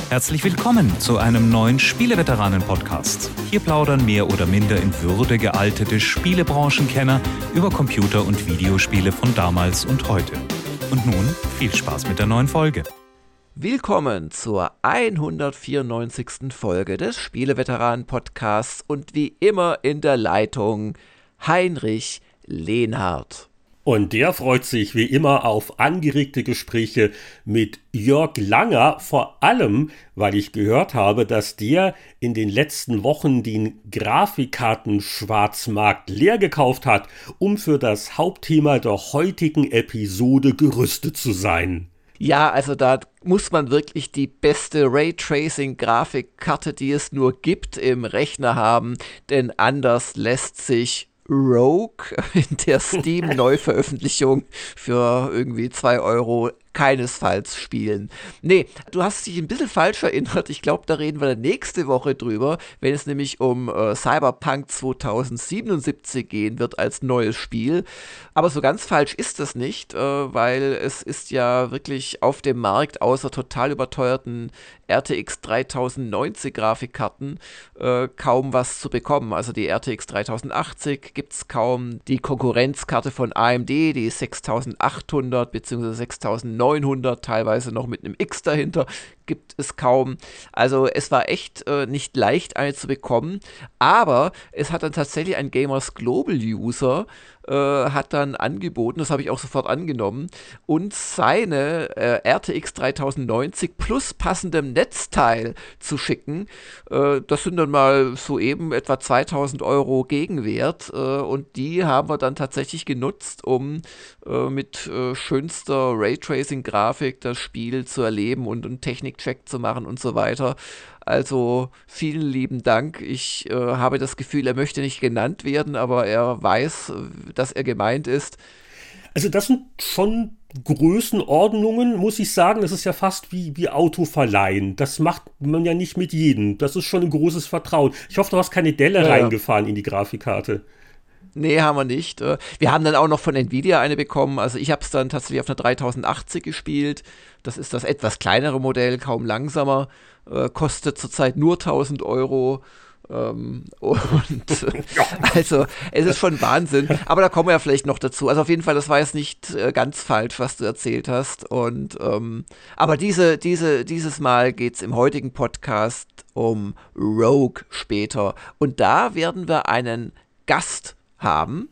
Herzlich willkommen zu einem neuen Spieleveteranen-Podcast. Hier plaudern mehr oder minder in Würde gealtete Spielebranchenkenner über Computer- und Videospiele von damals und heute. Und nun viel Spaß mit der neuen Folge. Willkommen zur 194. Folge des Spieleveteranen-Podcasts und wie immer in der Leitung Heinrich Lehnhardt. Und der freut sich wie immer auf angeregte Gespräche mit Jörg Langer, vor allem, weil ich gehört habe, dass der in den letzten Wochen den Grafikkarten-Schwarzmarkt leer gekauft hat, um für das Hauptthema der heutigen Episode gerüstet zu sein. Ja, also da muss man wirklich die beste Raytracing-Grafikkarte, die es nur gibt, im Rechner haben, denn anders lässt sich Rogue in der Steam-Neuveröffentlichung für irgendwie 2 Euro keinesfalls spielen. Nee, du hast dich ein bisschen falsch erinnert. Ich glaube, da reden wir nächste Woche drüber, wenn es nämlich um Cyberpunk 2077 gehen wird als neues Spiel. Aber so ganz falsch ist das nicht, weil es ist ja wirklich auf dem Markt außer total überteuerten RTX 3090 Grafikkarten kaum was zu bekommen. Also die RTX 3080 gibt es kaum. Die Konkurrenzkarte von AMD, die 6800 bzw. 6900, teilweise noch mit einem X dahinter, gibt es kaum. Also es war echt nicht leicht, eine zu bekommen, aber es hat dann tatsächlich ein Gamers Global User hat dann angeboten, das habe ich auch sofort angenommen, uns seine RTX 3090 plus passendem Netzteil zu schicken. Das sind dann mal soeben etwa 2000 Euro Gegenwert und die haben wir dann tatsächlich genutzt, um mit schönster Raytracing-Grafik das Spiel zu erleben und einen Technikcheck zu machen und so weiter. Also vielen lieben Dank. Ich habe das Gefühl, er möchte nicht genannt werden, aber er weiß, dass er gemeint ist. Also das sind schon Größenordnungen, muss ich sagen. Das ist ja fast wie Autoverleihen. Das macht man ja nicht mit jedem. Das ist schon ein großes Vertrauen. Ich hoffe, du hast keine Delle reingefahren in die Grafikkarte. Nee, haben wir nicht. Wir haben dann auch noch von Nvidia eine bekommen. Also ich habe es dann tatsächlich auf einer 3080 gespielt. Das ist das etwas kleinere Modell, kaum langsamer. Kostet zurzeit nur 1000 Euro. Also es ist schon Wahnsinn. Aber da kommen wir ja vielleicht noch dazu. Also auf jeden Fall, das war jetzt nicht ganz falsch, was du erzählt hast. Und aber dieses Mal geht es im heutigen Podcast um Rogue später. Und da werden wir einen Gast haben.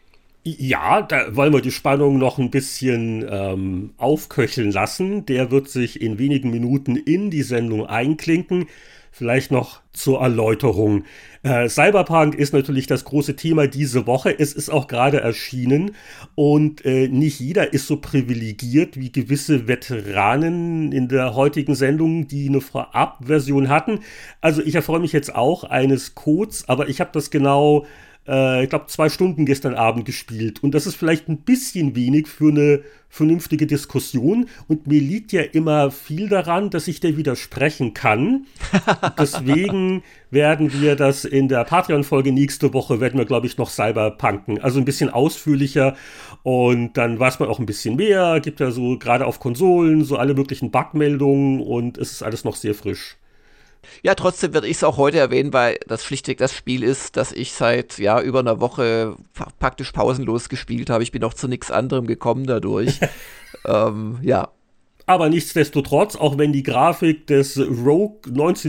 Ja, da wollen wir die Spannung noch ein bisschen aufköcheln lassen. Der wird sich in wenigen Minuten in die Sendung einklinken. Vielleicht noch zur Erläuterung. Cyberpunk ist natürlich das große Thema diese Woche. Es ist auch gerade erschienen und nicht jeder ist so privilegiert wie gewisse Veteranen in der heutigen Sendung, die eine Vorabversion hatten. Also ich erfreue mich jetzt auch eines Codes, aber ich habe das genau ich glaube, 2 Stunden gestern Abend gespielt. Und das ist vielleicht ein bisschen wenig für eine vernünftige Diskussion. Und mir liegt ja immer viel daran, dass ich dir widersprechen kann. Deswegen werden wir das in der Patreon-Folge nächste Woche, werden wir, glaube ich, noch Cyberpunken. Also ein bisschen ausführlicher. Und dann weiß man auch ein bisschen mehr. Gibt ja so gerade auf Konsolen so alle möglichen Bugmeldungen. Und es ist alles noch sehr frisch. Ja, trotzdem werde ich es auch heute erwähnen, weil das schlichtweg das Spiel ist, das ich seit über einer Woche praktisch pausenlos gespielt habe. Ich bin auch zu nichts anderem gekommen dadurch. Ja. Aber nichtsdestotrotz, auch wenn die Grafik des Rogue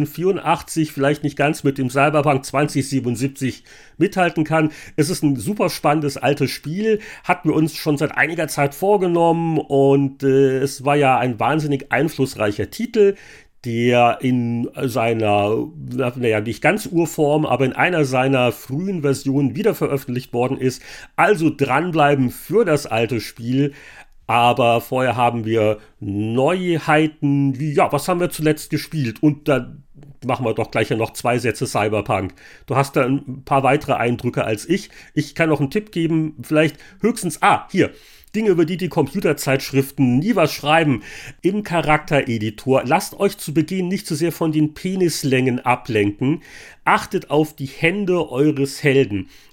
1984 vielleicht nicht ganz mit dem Cyberpunk 2077 mithalten kann, es ist ein super spannendes altes Spiel, hatten wir uns schon seit einiger Zeit vorgenommen und es war ja ein wahnsinnig einflussreicher Titel, der in seiner, nicht ganz Urform, aber in einer seiner frühen Versionen wiederveröffentlicht worden ist. Also dranbleiben für das alte Spiel. Aber vorher haben wir Neuheiten, wie, was haben wir zuletzt gespielt? Und dann machen wir doch gleich noch 2 Sätze Cyberpunk. Du hast da ein paar weitere Eindrücke als ich. Ich kann noch einen Tipp geben, vielleicht höchstens, hier, Dinge, über die Computerzeitschriften nie was schreiben. Im Charaktereditor, lasst euch zu Beginn nicht zu sehr von den Penislängen ablenken. Achtet auf die Hände eures Helden.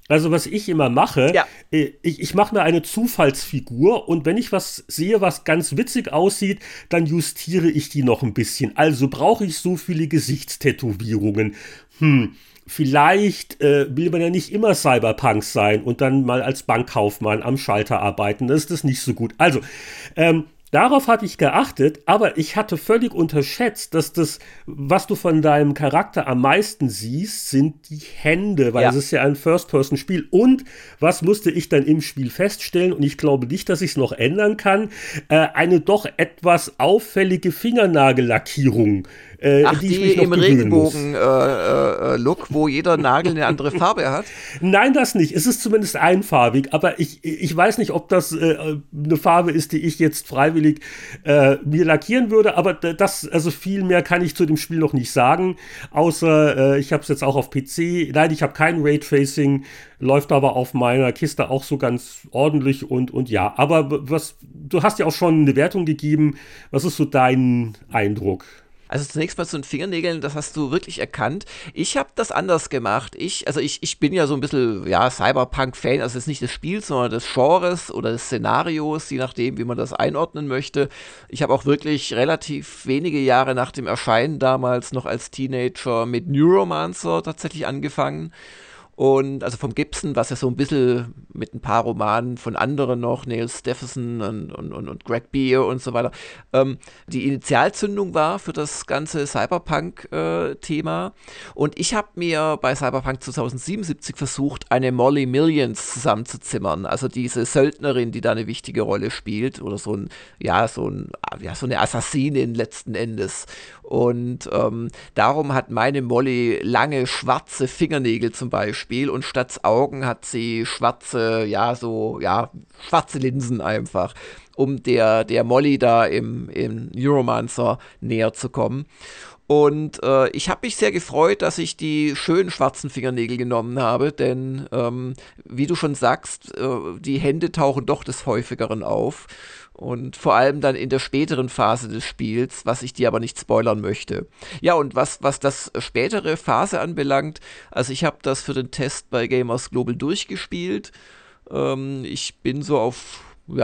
Also was ich immer mache, Ja. ich mache mir eine Zufallsfigur und wenn ich was sehe, was ganz witzig aussieht, dann justiere ich die noch ein bisschen. Also brauche ich so viele Gesichtstätowierungen. Vielleicht will man ja nicht immer Cyberpunk sein und dann mal als Bankkaufmann am Schalter arbeiten. Das ist das nicht so gut. Also, darauf hatte ich geachtet, aber ich hatte völlig unterschätzt, dass das, was du von deinem Charakter am meisten siehst, sind die Hände, weil es ist ja ein First-Person-Spiel. Und was musste ich dann im Spiel feststellen, und ich glaube nicht, dass ich es noch ändern kann, eine doch etwas auffällige Fingernagellackierung, die ich mich noch im gewöhnen muss. Regenbogen-Look, wo jeder Nagel eine andere Farbe hat? Nein, das nicht. Es ist zumindest einfarbig, aber ich weiß nicht, ob das eine Farbe ist, die ich jetzt freiwillig mir lackieren würde, aber also viel mehr kann ich zu dem Spiel noch nicht sagen, außer ich habe es jetzt auch auf PC. Nein, ich habe kein Raytracing, läuft aber auf meiner Kiste auch so ganz ordentlich und ja, aber du hast ja auch schon eine Wertung gegeben. Was ist so dein Eindruck? Also zunächst mal zu den Fingernägeln, das hast du wirklich erkannt. Ich habe das anders gemacht. Ich bin ja so ein bisschen, ja, Cyberpunk-Fan, also jetzt nicht des Spiels, sondern des Genres oder des Szenarios, je nachdem, wie man das einordnen möchte. Ich habe auch wirklich relativ wenige Jahre nach dem Erscheinen damals noch als Teenager mit Neuromancer tatsächlich angefangen. Und also vom Gibson, was ja so ein bisschen mit ein paar Romanen von anderen noch, Neil Stephenson und Greg Beer und so weiter, die Initialzündung war für das ganze Cyberpunk-Thema. Und ich habe mir bei Cyberpunk 2077 versucht, eine Molly Millions zusammenzuzimmern. Also diese Söldnerin, die da eine wichtige Rolle spielt, oder so eine Assassinin letzten Endes. Und darum hat meine Molly lange schwarze Fingernägel zum Beispiel und statt Augen hat sie schwarze Linsen einfach, um der Molly da im Neuromancer näher zu kommen. Und ich habe mich sehr gefreut, dass ich die schönen schwarzen Fingernägel genommen habe, denn wie du schon sagst, die Hände tauchen doch des Häufigeren auf. Und vor allem dann in der späteren Phase des Spiels, was ich dir aber nicht spoilern möchte. Ja, und was das spätere Phase anbelangt, also ich habe das für den Test bei Gamers Global durchgespielt. Ich bin so auf,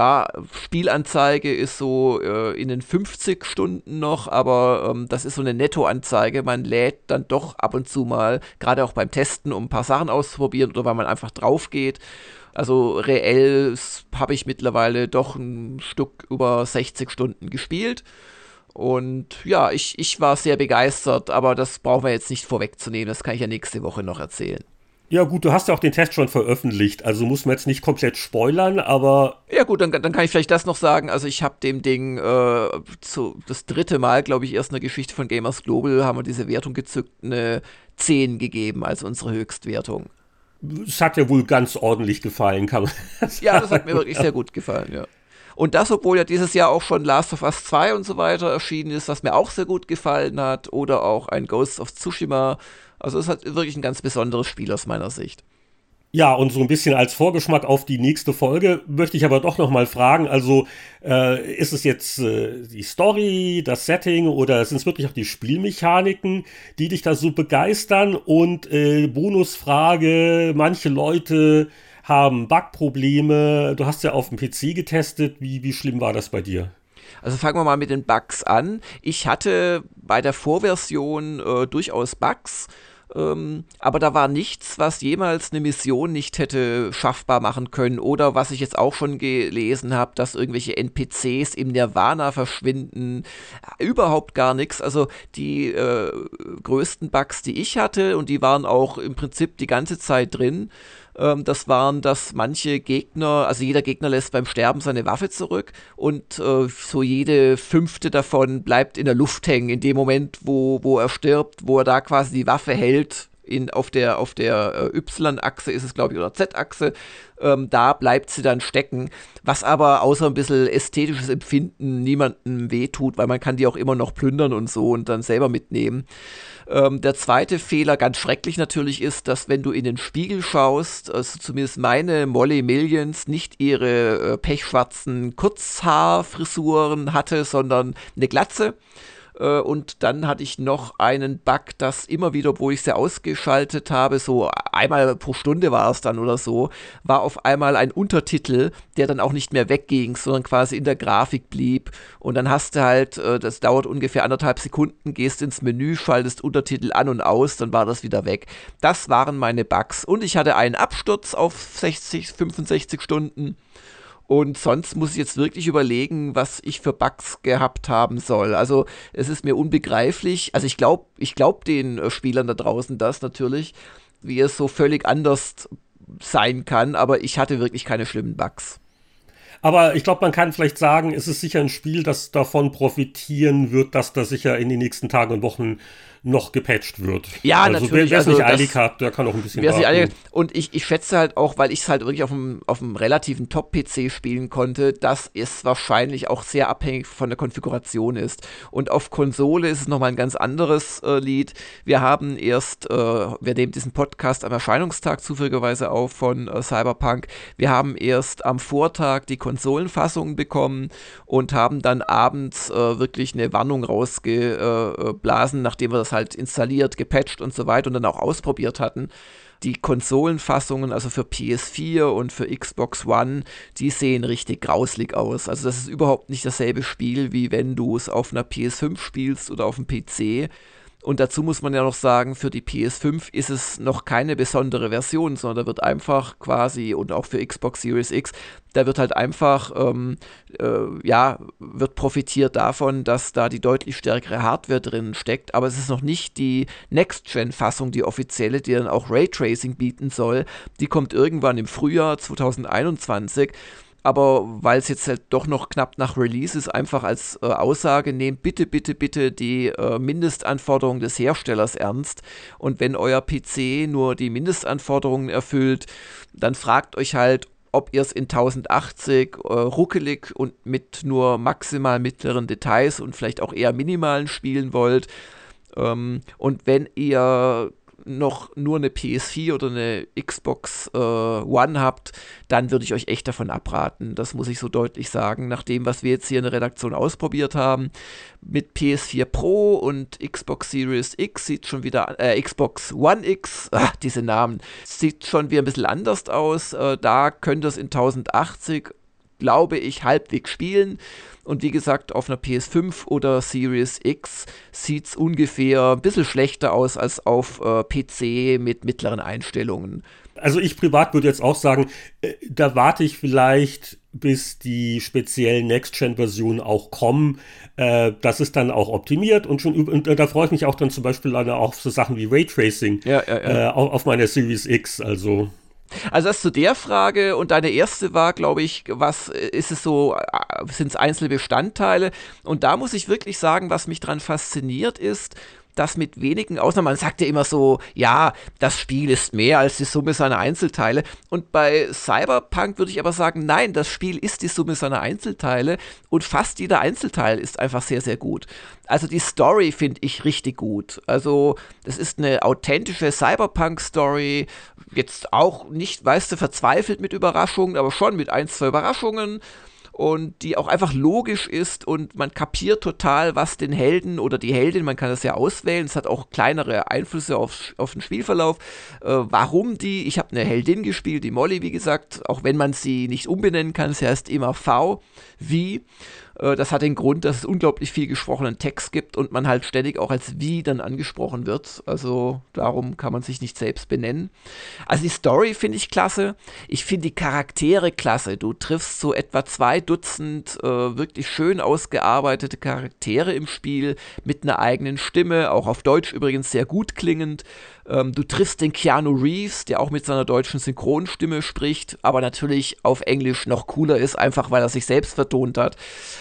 Spielanzeige ist so in den 50 Stunden noch, aber das ist so eine Nettoanzeige. Man lädt dann doch ab und zu mal, gerade auch beim Testen, um ein paar Sachen auszuprobieren oder weil man einfach drauf geht. Also reell habe ich mittlerweile doch ein Stück über 60 Stunden gespielt. Und ja, ich war sehr begeistert, aber das brauchen wir jetzt nicht vorwegzunehmen. Das kann ich ja nächste Woche noch erzählen. Ja gut, du hast ja auch den Test schon veröffentlicht, also muss man jetzt nicht komplett spoilern, aber... Ja gut, dann kann ich vielleicht das noch sagen. Also ich habe dem Ding das dritte Mal, glaube ich, erst in der Geschichte von Gamers Global haben wir diese Wertung gezückt, eine 10 gegeben als unsere Höchstwertung. Es hat ja wohl ganz ordentlich gefallen, kann man sagen. Ja, das hat mir wirklich sehr gut gefallen, ja. Und das, obwohl ja dieses Jahr auch schon Last of Us 2 und so weiter erschienen ist, was mir auch sehr gut gefallen hat. Oder auch ein Ghost of Tsushima. Also es hat wirklich ein ganz besonderes Spiel aus meiner Sicht. Ja, und so ein bisschen als Vorgeschmack auf die nächste Folge möchte ich aber doch noch mal fragen, also ist es jetzt die Story, das Setting oder sind es wirklich auch die Spielmechaniken, die dich da so begeistern? Und Bonusfrage, manche Leute haben Bugprobleme, du hast ja auf dem PC getestet, wie schlimm war das bei dir? Also fangen wir mal mit den Bugs an. Ich hatte bei der Vorversion durchaus Bugs. Aber da war nichts, was jemals eine Mission nicht hätte schaffbar machen können oder was ich jetzt auch schon gelesen habe, dass irgendwelche NPCs im Nirvana verschwinden. Überhaupt gar nichts. Also die größten Bugs, die ich hatte, und die waren auch im Prinzip die ganze Zeit drin, das waren, dass manche Gegner, also jeder Gegner lässt beim Sterben seine Waffe zurück und so jede 5. davon bleibt in der Luft hängen, in dem Moment, wo er stirbt, wo er da quasi die Waffe hält, auf der Y-Achse ist es, glaube ich, oder Z-Achse, da bleibt sie dann stecken, was aber außer ein bisschen ästhetisches Empfinden niemandem wehtut, weil man kann die auch immer noch plündern und so und dann selber mitnehmen. Der zweite Fehler, ganz schrecklich natürlich, ist, dass wenn du in den Spiegel schaust, also zumindest meine Molly Millions nicht ihre pechschwarzen Kurzhaarfrisuren hatte, sondern eine Glatze. Und dann hatte ich noch einen Bug, dass immer wieder, wo ich sie ausgeschaltet habe, so einmal pro Stunde war es dann oder so, war auf einmal ein Untertitel, der dann auch nicht mehr wegging, sondern quasi in der Grafik blieb. Und dann hast du halt, das dauert ungefähr 1,5 Sekunden, gehst ins Menü, schaltest Untertitel an und aus, dann war das wieder weg. Das waren meine Bugs. Und ich hatte einen Absturz auf 65 Stunden. Und sonst muss ich jetzt wirklich überlegen, was ich für Bugs gehabt haben soll. Also es ist mir unbegreiflich. Also ich glaub den Spielern da draußen das natürlich, wie es so völlig anders sein kann. Aber ich hatte wirklich keine schlimmen Bugs. Aber ich glaube, man kann vielleicht sagen, es ist sicher ein Spiel, das davon profitieren wird, dass das sicher in den nächsten Tagen und Wochen noch gepatcht wird. Ja, also natürlich. Wer es nicht eilig hat, der kann auch ein bisschen warten. Und ich schätze halt auch, weil ich es halt wirklich auf einem relativen Top-PC spielen konnte, dass es wahrscheinlich auch sehr abhängig von der Konfiguration ist. Und auf Konsole ist es nochmal ein ganz anderes Lied. Wir haben erst, wir nehmen diesen Podcast am Erscheinungstag zufälligerweise auf von Cyberpunk. Wir haben erst am Vortag die Konsolenfassung bekommen und haben dann abends wirklich eine Warnung rausgeblasen, nachdem wir das halt installiert, gepatcht und so weiter und dann auch ausprobiert hatten. Die Konsolenfassungen, also für PS4 und für Xbox One, die sehen richtig grauslig aus. Also das ist überhaupt nicht dasselbe Spiel, wie wenn du es auf einer PS5 spielst oder auf dem PC. Und dazu muss man ja noch sagen, für die PS5 ist es noch keine besondere Version, sondern da wird einfach quasi, und auch für Xbox Series X, da wird halt einfach, wird profitiert davon, dass da die deutlich stärkere Hardware drin steckt, aber es ist noch nicht die Next-Gen-Fassung, die offizielle, die dann auch Raytracing bieten soll. Die kommt irgendwann im Frühjahr 2021. Aber weil es jetzt halt doch noch knapp nach Release ist, einfach als Aussage, nehmt bitte die Mindestanforderungen des Herstellers ernst. Und wenn euer PC nur die Mindestanforderungen erfüllt, dann fragt euch halt, ob ihr es in 1080 ruckelig und mit nur maximal mittleren Details und vielleicht auch eher minimalen spielen wollt. Und wenn ihr noch nur eine PS4 oder eine Xbox One habt, dann würde ich euch echt davon abraten. Das muss ich so deutlich sagen, nach dem, was wir jetzt hier in der Redaktion ausprobiert haben. Mit PS4 Pro und Xbox Series X sieht schon wieder, Xbox One X, diese Namen, sieht schon wieder ein bisschen anders aus. Da könnt ihr es in 1080, glaube ich, halbwegs spielen. Und wie gesagt, auf einer PS5 oder Series X sieht es ungefähr ein bisschen schlechter aus als auf PC mit mittleren Einstellungen. Also ich privat würde jetzt auch sagen, da warte ich vielleicht, bis die speziellen Next-Gen-Versionen auch kommen. Das ist dann auch optimiert und da freue ich mich auch dann zum Beispiel auf so Sachen wie Raytracing auf meiner Series X, Also das zu der Frage, und deine erste war, glaube ich, was ist es so, sind es einzelne Bestandteile? Und da muss ich wirklich sagen, was mich dran fasziniert ist, dass mit wenigen Ausnahmen, man sagt ja immer so, ja, das Spiel ist mehr als die Summe seiner Einzelteile. Und bei Cyberpunk würde ich aber sagen, nein, das Spiel ist die Summe seiner Einzelteile und fast jeder Einzelteil ist einfach sehr, sehr gut. Also die Story finde ich richtig gut. Also das ist eine authentische Cyberpunk-Story, jetzt auch nicht, weißt du, verzweifelt mit Überraschungen, aber schon mit 1, 2 Überraschungen. Und die auch einfach logisch ist und man kapiert total, was den Helden oder die Heldin, man kann das ja auswählen, es hat auch kleinere Einflüsse auf den Spielverlauf, warum ich habe eine Heldin gespielt, die Molly, wie gesagt, auch wenn man sie nicht umbenennen kann, sie heißt immer V, wie. Das hat den Grund, dass es unglaublich viel gesprochenen Text gibt und man halt ständig auch als wie dann angesprochen wird. Also darum kann man sich nicht selbst benennen. Also die Story finde ich klasse. Ich finde die Charaktere klasse. Du triffst so etwa 2 Dutzend wirklich schön ausgearbeitete Charaktere im Spiel mit einer eigenen Stimme, auch auf Deutsch übrigens sehr gut klingend. Du triffst den Keanu Reeves, der auch mit seiner deutschen Synchronstimme spricht, aber natürlich auf Englisch noch cooler ist, einfach weil er sich selbst vertont hat.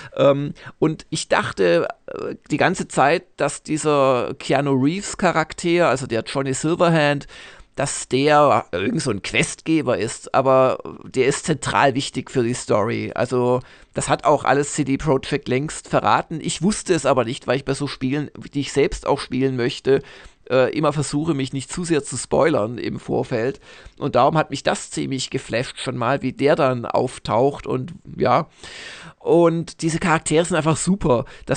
Und ich dachte die ganze Zeit, dass dieser Keanu Reeves Charakter, also der Johnny Silverhand, dass der irgend so ein Questgeber ist, aber der ist zentral wichtig für die Story. Also das hat auch alles CD Projekt längst verraten. Ich wusste es aber nicht, weil ich bei so Spielen, die ich selbst auch spielen möchte, immer versuche, mich nicht zu sehr zu spoilern im Vorfeld. Und darum hat mich das ziemlich geflasht schon mal, wie der dann auftaucht und ja. Und diese Charaktere sind einfach super. Das sind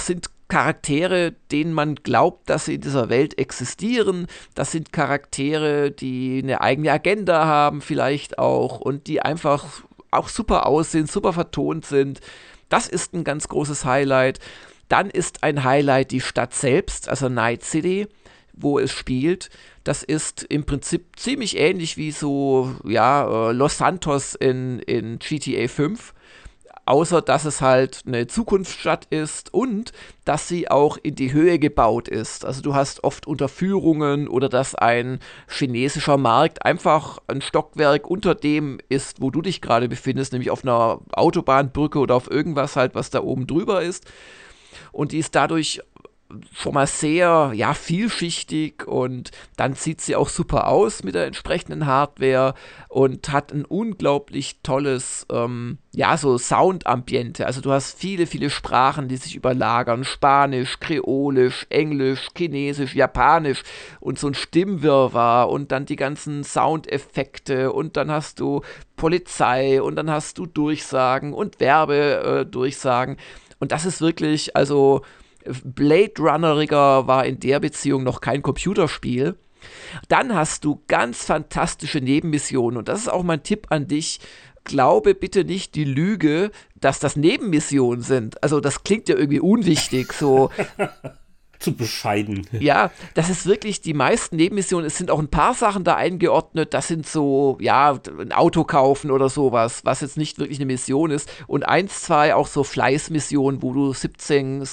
Charaktere, denen man glaubt, dass sie in dieser Welt existieren. Das sind Charaktere, die eine eigene Agenda haben vielleicht auch und die einfach auch super aussehen, super vertont sind. Das ist ein ganz großes Highlight. Dann ist ein Highlight die Stadt selbst, also Night City, wo es spielt. Das ist im Prinzip ziemlich ähnlich wie so, Los Santos in GTA 5. Außer, dass es halt eine Zukunftsstadt ist und dass sie auch in die Höhe gebaut ist. Also du hast oft Unterführungen oder dass ein chinesischer Markt einfach ein Stockwerk unter dem ist, wo du dich gerade befindest, nämlich auf einer Autobahnbrücke oder auf irgendwas halt, was da oben drüber ist. Und die ist dadurch schon mal sehr, vielschichtig und dann sieht sie auch super aus mit der entsprechenden Hardware und hat ein unglaublich tolles, so Soundambiente. Also du hast viele, viele Sprachen, die sich überlagern. Spanisch, Kreolisch, Englisch, Chinesisch, Japanisch und so ein Stimmwirrwarr und dann die ganzen Soundeffekte und dann hast du Polizei und dann hast du Durchsagen und Werbedurchsagen und das ist wirklich, also Blade Runneriger war in der Beziehung noch kein Computerspiel. Dann hast du ganz fantastische Nebenmissionen und das ist auch mein Tipp an dich. Glaube bitte nicht die Lüge, dass das Nebenmissionen sind. Also das klingt ja irgendwie unwichtig, so. Zu bescheiden. Ja, das ist wirklich die meisten Nebenmissionen. Es sind auch ein paar Sachen da eingeordnet. Das sind so, ein Auto kaufen oder sowas, was jetzt nicht wirklich eine Mission ist. Und 1, 2 auch so Fleißmissionen, wo du 17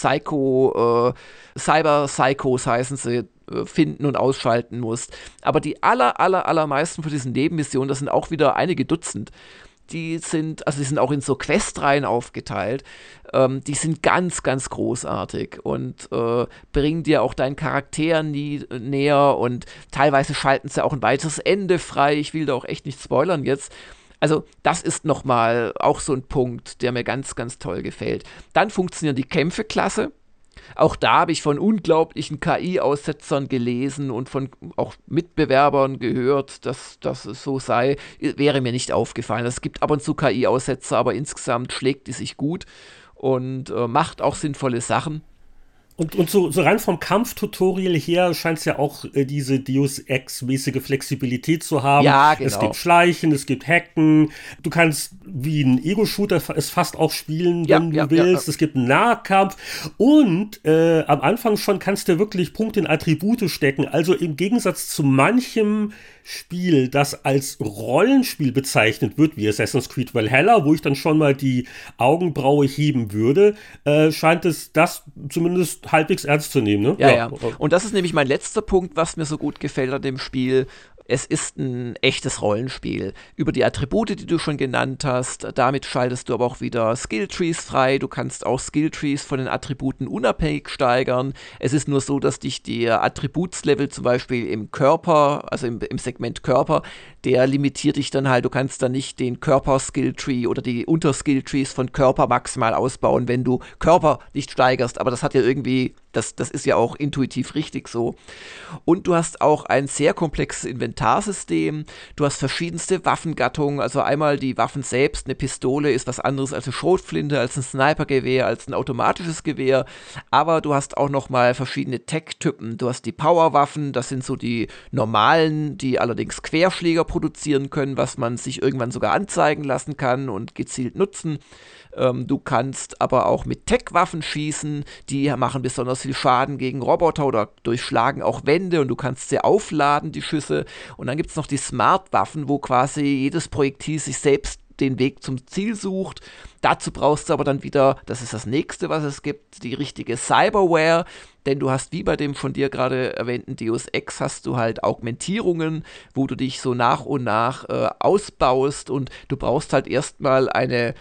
Cyber-Psychos heißen sie, finden und ausschalten musst. Aber die allermeisten von diesen Nebenmissionen, das sind auch wieder einige Dutzend. Die sind auch in so Questreihen aufgeteilt. Die sind ganz, ganz großartig und bringen dir auch deinen Charakter näher und teilweise schalten sie auch ein weiteres Ende frei. Ich will da auch echt nicht spoilern jetzt. Also das ist nochmal auch so ein Punkt, der mir ganz, ganz toll gefällt. Dann funktionieren die Kämpfe klasse. Auch da habe ich von unglaublichen KI-Aussetzern gelesen und von auch Mitbewerbern gehört, dass es so sei. Wäre mir nicht aufgefallen. Es gibt ab und zu KI-Aussetzer, aber insgesamt schlägt die sich gut und macht auch sinnvolle Sachen. Und so rein vom Kampftutorial her scheint es ja auch diese Deus Ex-mäßige Flexibilität zu haben. Ja, genau. Es gibt Schleichen, es gibt Hacken. Du kannst wie ein Ego-Shooter es fast auch spielen, wenn du willst. Ja. Es gibt einen Nahkampf. Und am Anfang schon kannst du wirklich Punkte in Attribute stecken. Also im Gegensatz zu manchem Spiel, das als Rollenspiel bezeichnet wird, wie Assassin's Creed Valhalla, wo ich dann schon mal die Augenbraue heben würde, scheint es das zumindest halbwegs ernst zu nehmen. Ne? Ja. Und das ist nämlich mein letzter Punkt, was mir so gut gefällt an dem Spiel. Es ist ein echtes Rollenspiel. Über die Attribute, die du schon genannt hast, damit schaltest du aber auch wieder Skilltrees frei. Du kannst auch Skilltrees von den Attributen unabhängig steigern. Es ist nur so, dass dich der Attributslevel zum Beispiel im Körper, also im Segment Körper, der limitiert dich dann halt. Du kannst dann nicht den Körper-Skilltree oder die Unterskilltrees von Körper maximal ausbauen, wenn du Körper nicht steigerst. Aber das hat ja irgendwie, das ist ja auch intuitiv richtig so. Und du hast auch ein sehr komplexes Inventarsystem. Du hast verschiedenste Waffengattungen. Also einmal die Waffen selbst. Eine Pistole ist was anderes als eine Schrotflinte, als ein Snipergewehr, als ein automatisches Gewehr. Aber du hast auch nochmal verschiedene Tech-Typen. Du hast die Powerwaffen. Das sind so die normalen, die allerdings Querschläger produzieren können, was man sich irgendwann sogar anzeigen lassen kann und gezielt nutzen. Du kannst aber auch mit Tech-Waffen schießen, die machen besonders viel Schaden gegen Roboter oder durchschlagen auch Wände und du kannst sie aufladen, die Schüsse. Und dann gibt es noch die Smart-Waffen, wo quasi jedes Projektil sich selbst den Weg zum Ziel sucht. Dazu brauchst du aber dann wieder, das ist das nächste, was es gibt, die richtige Cyberware, denn du hast wie bei dem von dir gerade erwähnten Deus Ex, hast du halt Augmentierungen, wo du dich so nach und nach ausbaust und du brauchst halt erstmal eine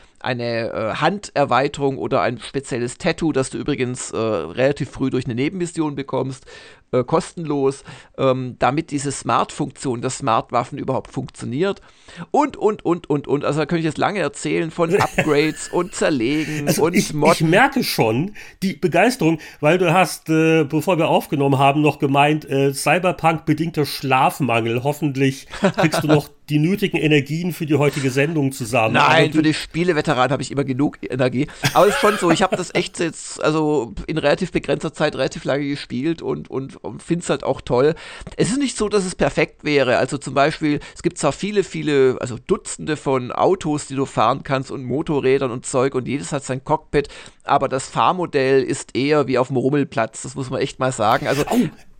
Handerweiterung oder ein spezielles Tattoo, das du übrigens relativ früh durch eine Nebenmission bekommst, kostenlos, damit diese Smart-Funktion der Smart-Waffen überhaupt funktioniert und. Also da könnte ich jetzt lange erzählen von Upgrades und Zerlegen also und Mods. Ich merke schon die Begeisterung, weil du hast, bevor wir aufgenommen haben, noch gemeint, Cyberpunk-bedingter Schlafmangel. Hoffentlich kriegst du noch die nötigen Energien für die heutige Sendung zusammen. Nein, für die Spieleveteranen habe ich immer genug Energie. Aber es ist schon so, ich habe das echt jetzt, also in relativ begrenzter Zeit relativ lange gespielt und finde es halt auch toll. Es ist nicht so, dass es perfekt wäre. Also zum Beispiel, es gibt zwar viele, also Dutzende von Autos, die du fahren kannst und Motorrädern und Zeug und jedes hat sein Cockpit, aber das Fahrmodell ist eher wie auf dem Rummelplatz, das muss man echt mal sagen. Also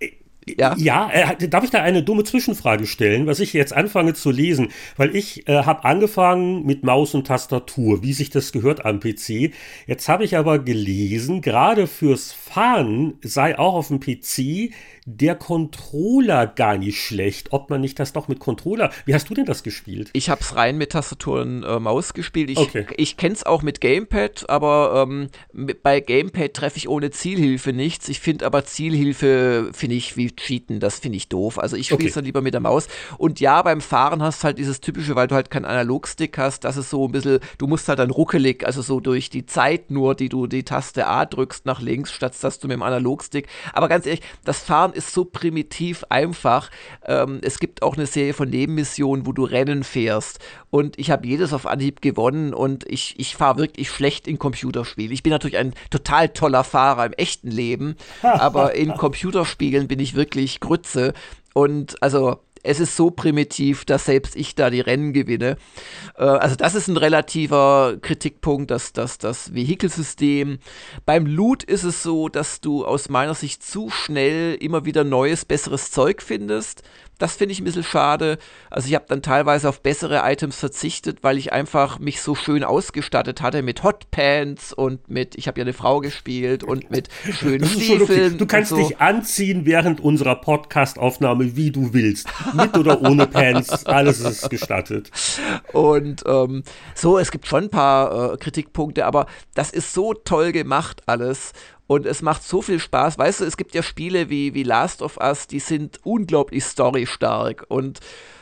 darf ich da eine dumme Zwischenfrage stellen, was ich jetzt anfange zu lesen? Weil ich habe angefangen mit Maus und Tastatur, wie sich das gehört am PC. Jetzt habe ich aber gelesen, gerade fürs Fahren sei auch auf dem PC der Controller gar nicht schlecht. Ob man nicht das doch mit Controller... Wie hast du denn das gespielt? Ich habe es rein mit Tastatur und Maus gespielt. Okay. Ich kenne es auch mit Gamepad, aber bei Gamepad treffe ich ohne Zielhilfe nichts. Ich finde aber Zielhilfe, finde ich wie Cheaten, das finde ich doof. Also ich spiele es dann lieber mit der Maus. Und ja, beim Fahren hast du halt dieses typische, weil du halt keinen Analogstick hast, das ist so ein bisschen, du musst halt dann ruckelig, also so durch die Zeit nur, die du die Taste A drückst nach links, statt dass du mit dem Analogstick. Aber ganz ehrlich, das Fahren ist so primitiv einfach. Es gibt auch eine Serie von Nebenmissionen, wo du Rennen fährst. Und ich habe jedes auf Anhieb gewonnen und ich fahre wirklich schlecht in Computerspielen. Ich bin natürlich ein total toller Fahrer im echten Leben, aber in Computerspielen bin ich wirklich Grütze. Und also es ist so primitiv, dass selbst ich da die Rennen gewinne. Also das ist ein relativer Kritikpunkt, das Vehikelsystem. Beim Loot ist es so, dass du aus meiner Sicht zu schnell immer wieder neues, besseres Zeug findest. Das finde ich ein bisschen schade. Also ich habe dann teilweise auf bessere Items verzichtet, weil ich einfach mich so schön ausgestattet hatte mit Hotpants und mit, ich habe ja eine Frau gespielt und mit schönen Stiefeln. Okay. Du kannst dich anziehen während unserer Podcast-Aufnahme, wie du willst. Mit oder ohne Pants, alles ist gestattet. Und es gibt schon ein paar Kritikpunkte, aber das ist so toll gemacht alles. Und es macht so viel Spaß. Weißt du, es gibt ja Spiele wie Last of Us, die sind unglaublich storystark und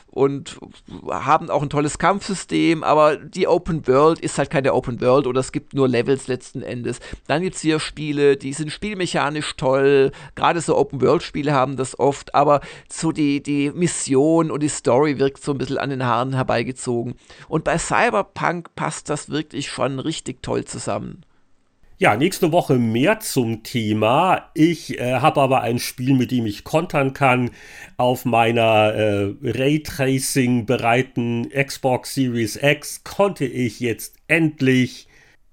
haben auch ein tolles Kampfsystem, aber die Open World ist halt keine Open World oder es gibt nur Levels letzten Endes. Dann gibt es hier Spiele, die sind spielmechanisch toll, gerade so Open World Spiele haben das oft, aber so die Mission und die Story wirkt so ein bisschen an den Haaren herbeigezogen. Und bei Cyberpunk passt das wirklich schon richtig toll zusammen. Ja, nächste Woche mehr zum Thema. Ich habe aber ein Spiel, mit dem ich kontern kann. Auf meiner Raytracing-bereiten Xbox Series X konnte ich jetzt endlich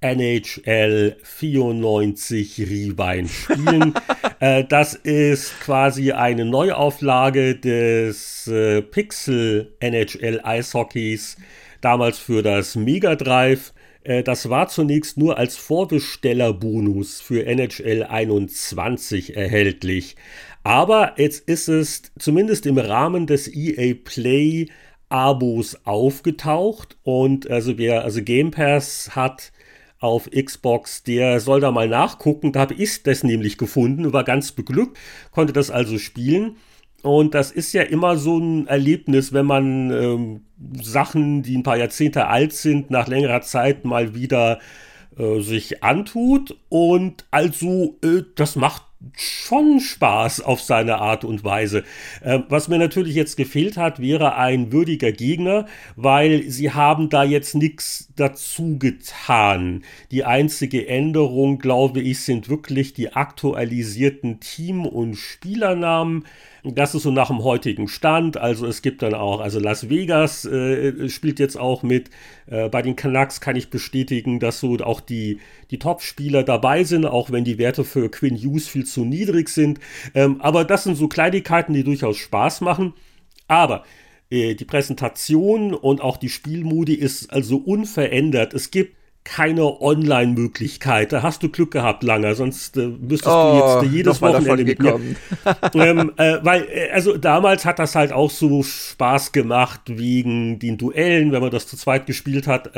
NHL 94 Rewind spielen. Das ist quasi eine Neuauflage des Pixel NHL Eishockeys, damals für das Mega Drive. Das war zunächst nur als Vorbestellerbonus für NHL 21 erhältlich. Aber jetzt ist es zumindest im Rahmen des EA Play Abos aufgetaucht. Und wer Game Pass hat auf Xbox, der soll da mal nachgucken. Da habe ich das nämlich gefunden, war ganz beglückt, konnte das also spielen. Und das ist ja immer so ein Erlebnis, wenn man Sachen, die ein paar Jahrzehnte alt sind, nach längerer Zeit mal wieder sich antut. Und also das macht schon Spaß auf seine Art und Weise. Was mir natürlich jetzt gefehlt hat, wäre ein würdiger Gegner, weil sie haben da jetzt nichts dazu getan. Die einzige Änderung, glaube ich, sind wirklich die aktualisierten Team- und Spielernamen. Das ist so nach dem heutigen Stand. Also es gibt dann auch, Las Vegas spielt jetzt auch mit. Bei den Canucks kann ich bestätigen, dass so auch die Top-Spieler dabei sind, auch wenn die Werte für Quinn Hughes viel zu niedrig sind. Aber das sind so Kleinigkeiten, die durchaus Spaß machen. Aber die Präsentation und auch die Spielmodi ist also unverändert. Es gibt keine Online-Möglichkeit. Da hast du Glück gehabt, Langer, sonst müsstest du jetzt jedes Wochenende mit mir. Weil damals hat das halt auch so Spaß gemacht wegen den Duellen, wenn man das zu zweit gespielt hat.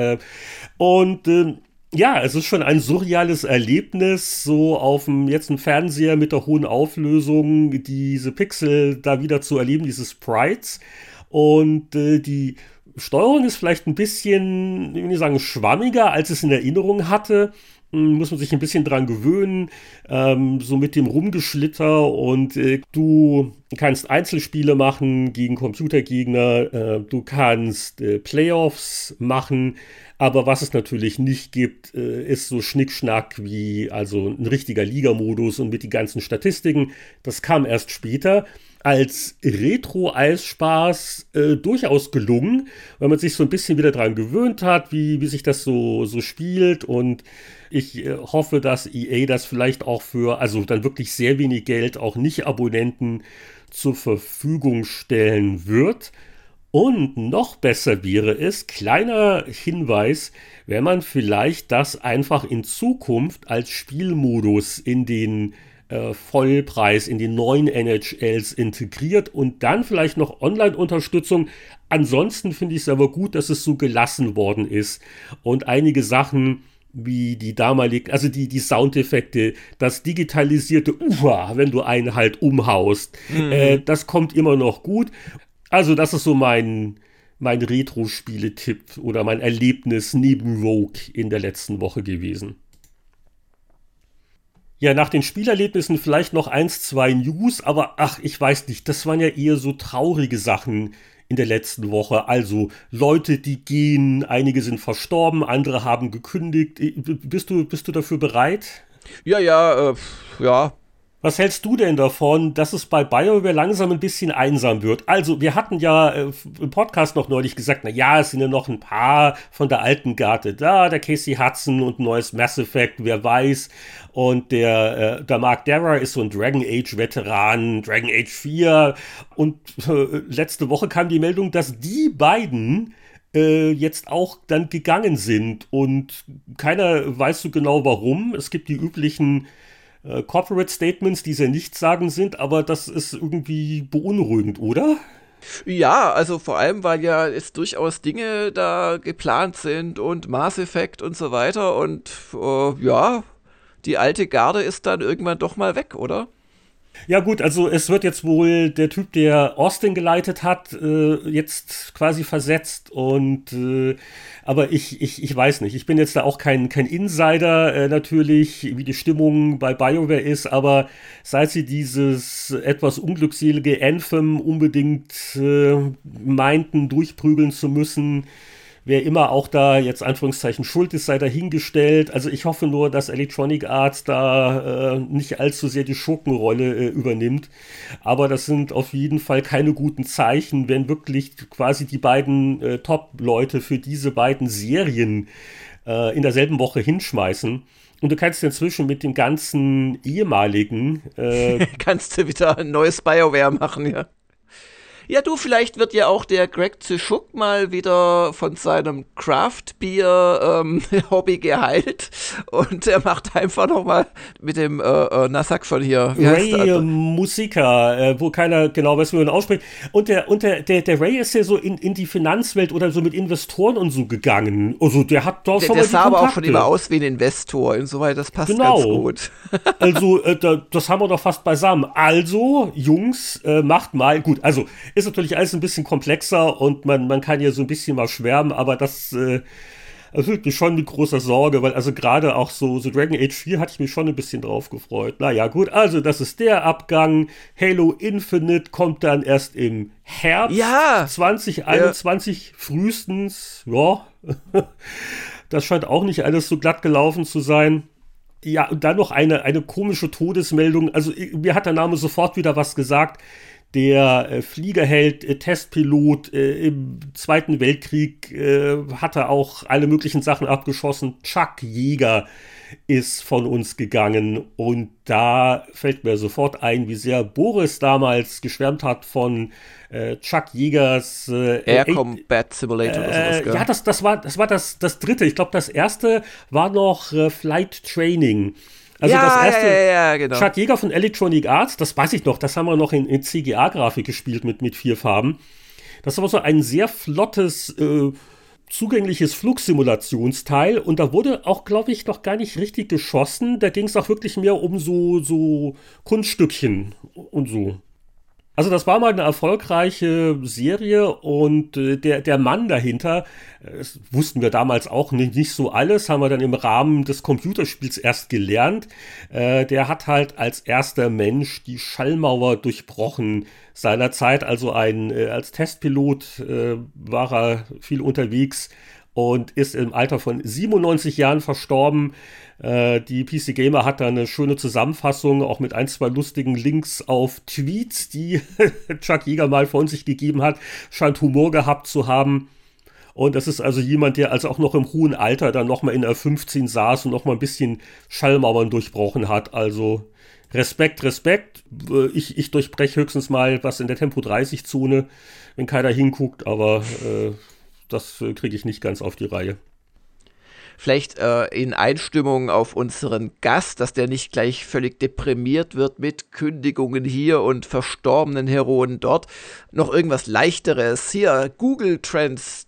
Ja, es ist schon ein surreales Erlebnis, so auf dem jetzt ein Fernseher mit der hohen Auflösung, diese Pixel da wieder zu erleben, diese Sprites. Und die Steuerung ist vielleicht ein bisschen, ich will nicht sagen, schwammiger, als es in Erinnerung hatte. muss man sich ein bisschen dran gewöhnen, so mit dem Rumgeschlitter und du kannst Einzelspiele machen gegen Computergegner, du kannst Playoffs machen, aber was es natürlich nicht gibt, ist so Schnickschnack wie also ein richtiger Ligamodus und mit den ganzen Statistiken. Das kam erst später. Als Retro-Eisspaß durchaus gelungen, weil man sich so ein bisschen wieder dran gewöhnt hat, wie sich das so spielt. Und ich hoffe, dass EA das vielleicht auch für, also dann wirklich sehr wenig Geld, auch Nicht-Abonnenten zur Verfügung stellen wird. Und noch besser wäre es, kleiner Hinweis, wenn man vielleicht das einfach in Zukunft als Spielmodus in den Vollpreis in den neuen NHLs integriert und dann vielleicht noch Online-Unterstützung. Ansonsten finde ich es aber gut, dass es so gelassen worden ist und einige Sachen wie die damaligen, also die Soundeffekte, das digitalisierte wenn du einen halt umhaust, das kommt immer noch gut. Also das ist so mein Retro-Spiele-Tipp oder mein Erlebnis neben Rogue in der letzten Woche gewesen. Ja, nach den Spielerlebnissen vielleicht noch 1, 2 News, aber ich weiß nicht, das waren ja eher so traurige Sachen in der letzten Woche. Also Leute, die gehen, einige sind verstorben, andere haben gekündigt. Bist du dafür bereit? Ja. Was hältst du denn davon, dass es bei BioWare langsam ein bisschen einsam wird? Also, wir hatten ja im Podcast noch neulich gesagt, es sind ja noch ein paar von der alten Garde da, der Casey Hudson und ein neues Mass Effect, wer weiß. Und der Mark Darrah ist so ein Dragon Age-Veteran, Dragon Age 4. Und letzte Woche kam die Meldung, dass die beiden jetzt auch dann gegangen sind. Und keiner weiß so genau warum. Es gibt die üblichen Corporate Statements, die sehr nichtssagend sind, aber das ist irgendwie beunruhigend, oder? Ja, also vor allem, weil ja jetzt durchaus Dinge da geplant sind und Mass Effect und so weiter und die alte Garde ist dann irgendwann doch mal weg, oder? Ja gut, also es wird jetzt wohl der Typ, der Austin geleitet hat, jetzt quasi versetzt und aber ich weiß nicht, ich bin jetzt da auch kein Insider natürlich, wie die Stimmung bei BioWare ist, aber seit sie dieses etwas unglückselige Anthem unbedingt meinten, durchprügeln zu müssen, wer immer auch da jetzt Anführungszeichen schuld ist, sei dahingestellt. Also ich hoffe nur, dass Electronic Arts da nicht allzu sehr die Schurkenrolle übernimmt. Aber das sind auf jeden Fall keine guten Zeichen, wenn wirklich quasi die beiden Top-Leute für diese beiden Serien in derselben Woche hinschmeißen. Und du kannst inzwischen mit den ganzen ehemaligen kannst du wieder ein neues BioWare machen, ja. Ja, du, vielleicht wird ja auch der Greg Zischuk mal wieder von seinem Craft-Bier-Hobby geheilt und er macht einfach nochmal mit dem, sag schon hier, wie heißt Ray Musica, wo keiner genau weiß, wie man ausspricht. Und der Ray ist ja so in die Finanzwelt oder so mit Investoren und so gegangen. Also der hat doch schon mal die sah Kontakte. Aber auch schon immer aus wie ein Investor, insoweit das passt ganz gut. Also das haben wir doch fast beisammen. Also, Jungs, macht mal, gut, also ist natürlich alles ein bisschen komplexer und man kann ja so ein bisschen mal schwärmen, aber das erfüllt mich schon mit großer Sorge, weil also gerade auch so Dragon Age 4 hatte ich mich schon ein bisschen drauf gefreut. Naja, gut, also das ist der Abgang. Halo Infinite kommt dann erst im Herbst 2021 frühestens. Ja, das scheint auch nicht alles so glatt gelaufen zu sein. Ja, und dann noch eine komische Todesmeldung. Also mir hat der Name sofort wieder was gesagt. Der Fliegerheld, Testpilot im Zweiten Weltkrieg hatte auch alle möglichen Sachen abgeschossen. Chuck Yeager ist von uns gegangen und da fällt mir sofort ein, wie sehr Boris damals geschwärmt hat von Chuck Yeagers Air Combat Simulator oder sowas, gell? Ja, das war das dritte. Ich glaube, das erste war noch Flight Training. Also das erste, genau. Chuck Yeager von Electronic Arts, das weiß ich noch, das haben wir noch in CGA-Grafik gespielt mit 4 Farben. Das war so ein sehr flottes, zugängliches Flugsimulationsteil und da wurde auch, glaube ich, noch gar nicht richtig geschossen. Da ging es auch wirklich mehr um so Kunststückchen und so. Also das war mal eine erfolgreiche Serie und der Mann dahinter, das wussten wir damals auch nicht so alles, haben wir dann im Rahmen des Computerspiels erst gelernt. Der hat halt als erster Mensch die Schallmauer durchbrochen seinerzeit, also als Testpilot war er viel unterwegs und ist im Alter von 97 Jahren verstorben. Die PC Gamer hat da eine schöne Zusammenfassung, auch mit ein, zwei lustigen Links auf Tweets, die Chuck Yeager mal von sich gegeben hat. Scheint Humor gehabt zu haben. Und das ist also jemand, der also auch noch im hohen Alter dann nochmal in der 15 saß und nochmal ein bisschen Schallmauern durchbrochen hat. Also Respekt. Ich durchbreche höchstens mal was in der Tempo-30-Zone, wenn keiner hinguckt, aber das kriege ich nicht ganz auf die Reihe. Vielleicht in Einstimmung auf unseren Gast, dass der nicht gleich völlig deprimiert wird mit Kündigungen hier und verstorbenen Heroen dort. Noch irgendwas Leichteres. Hier, Google Trends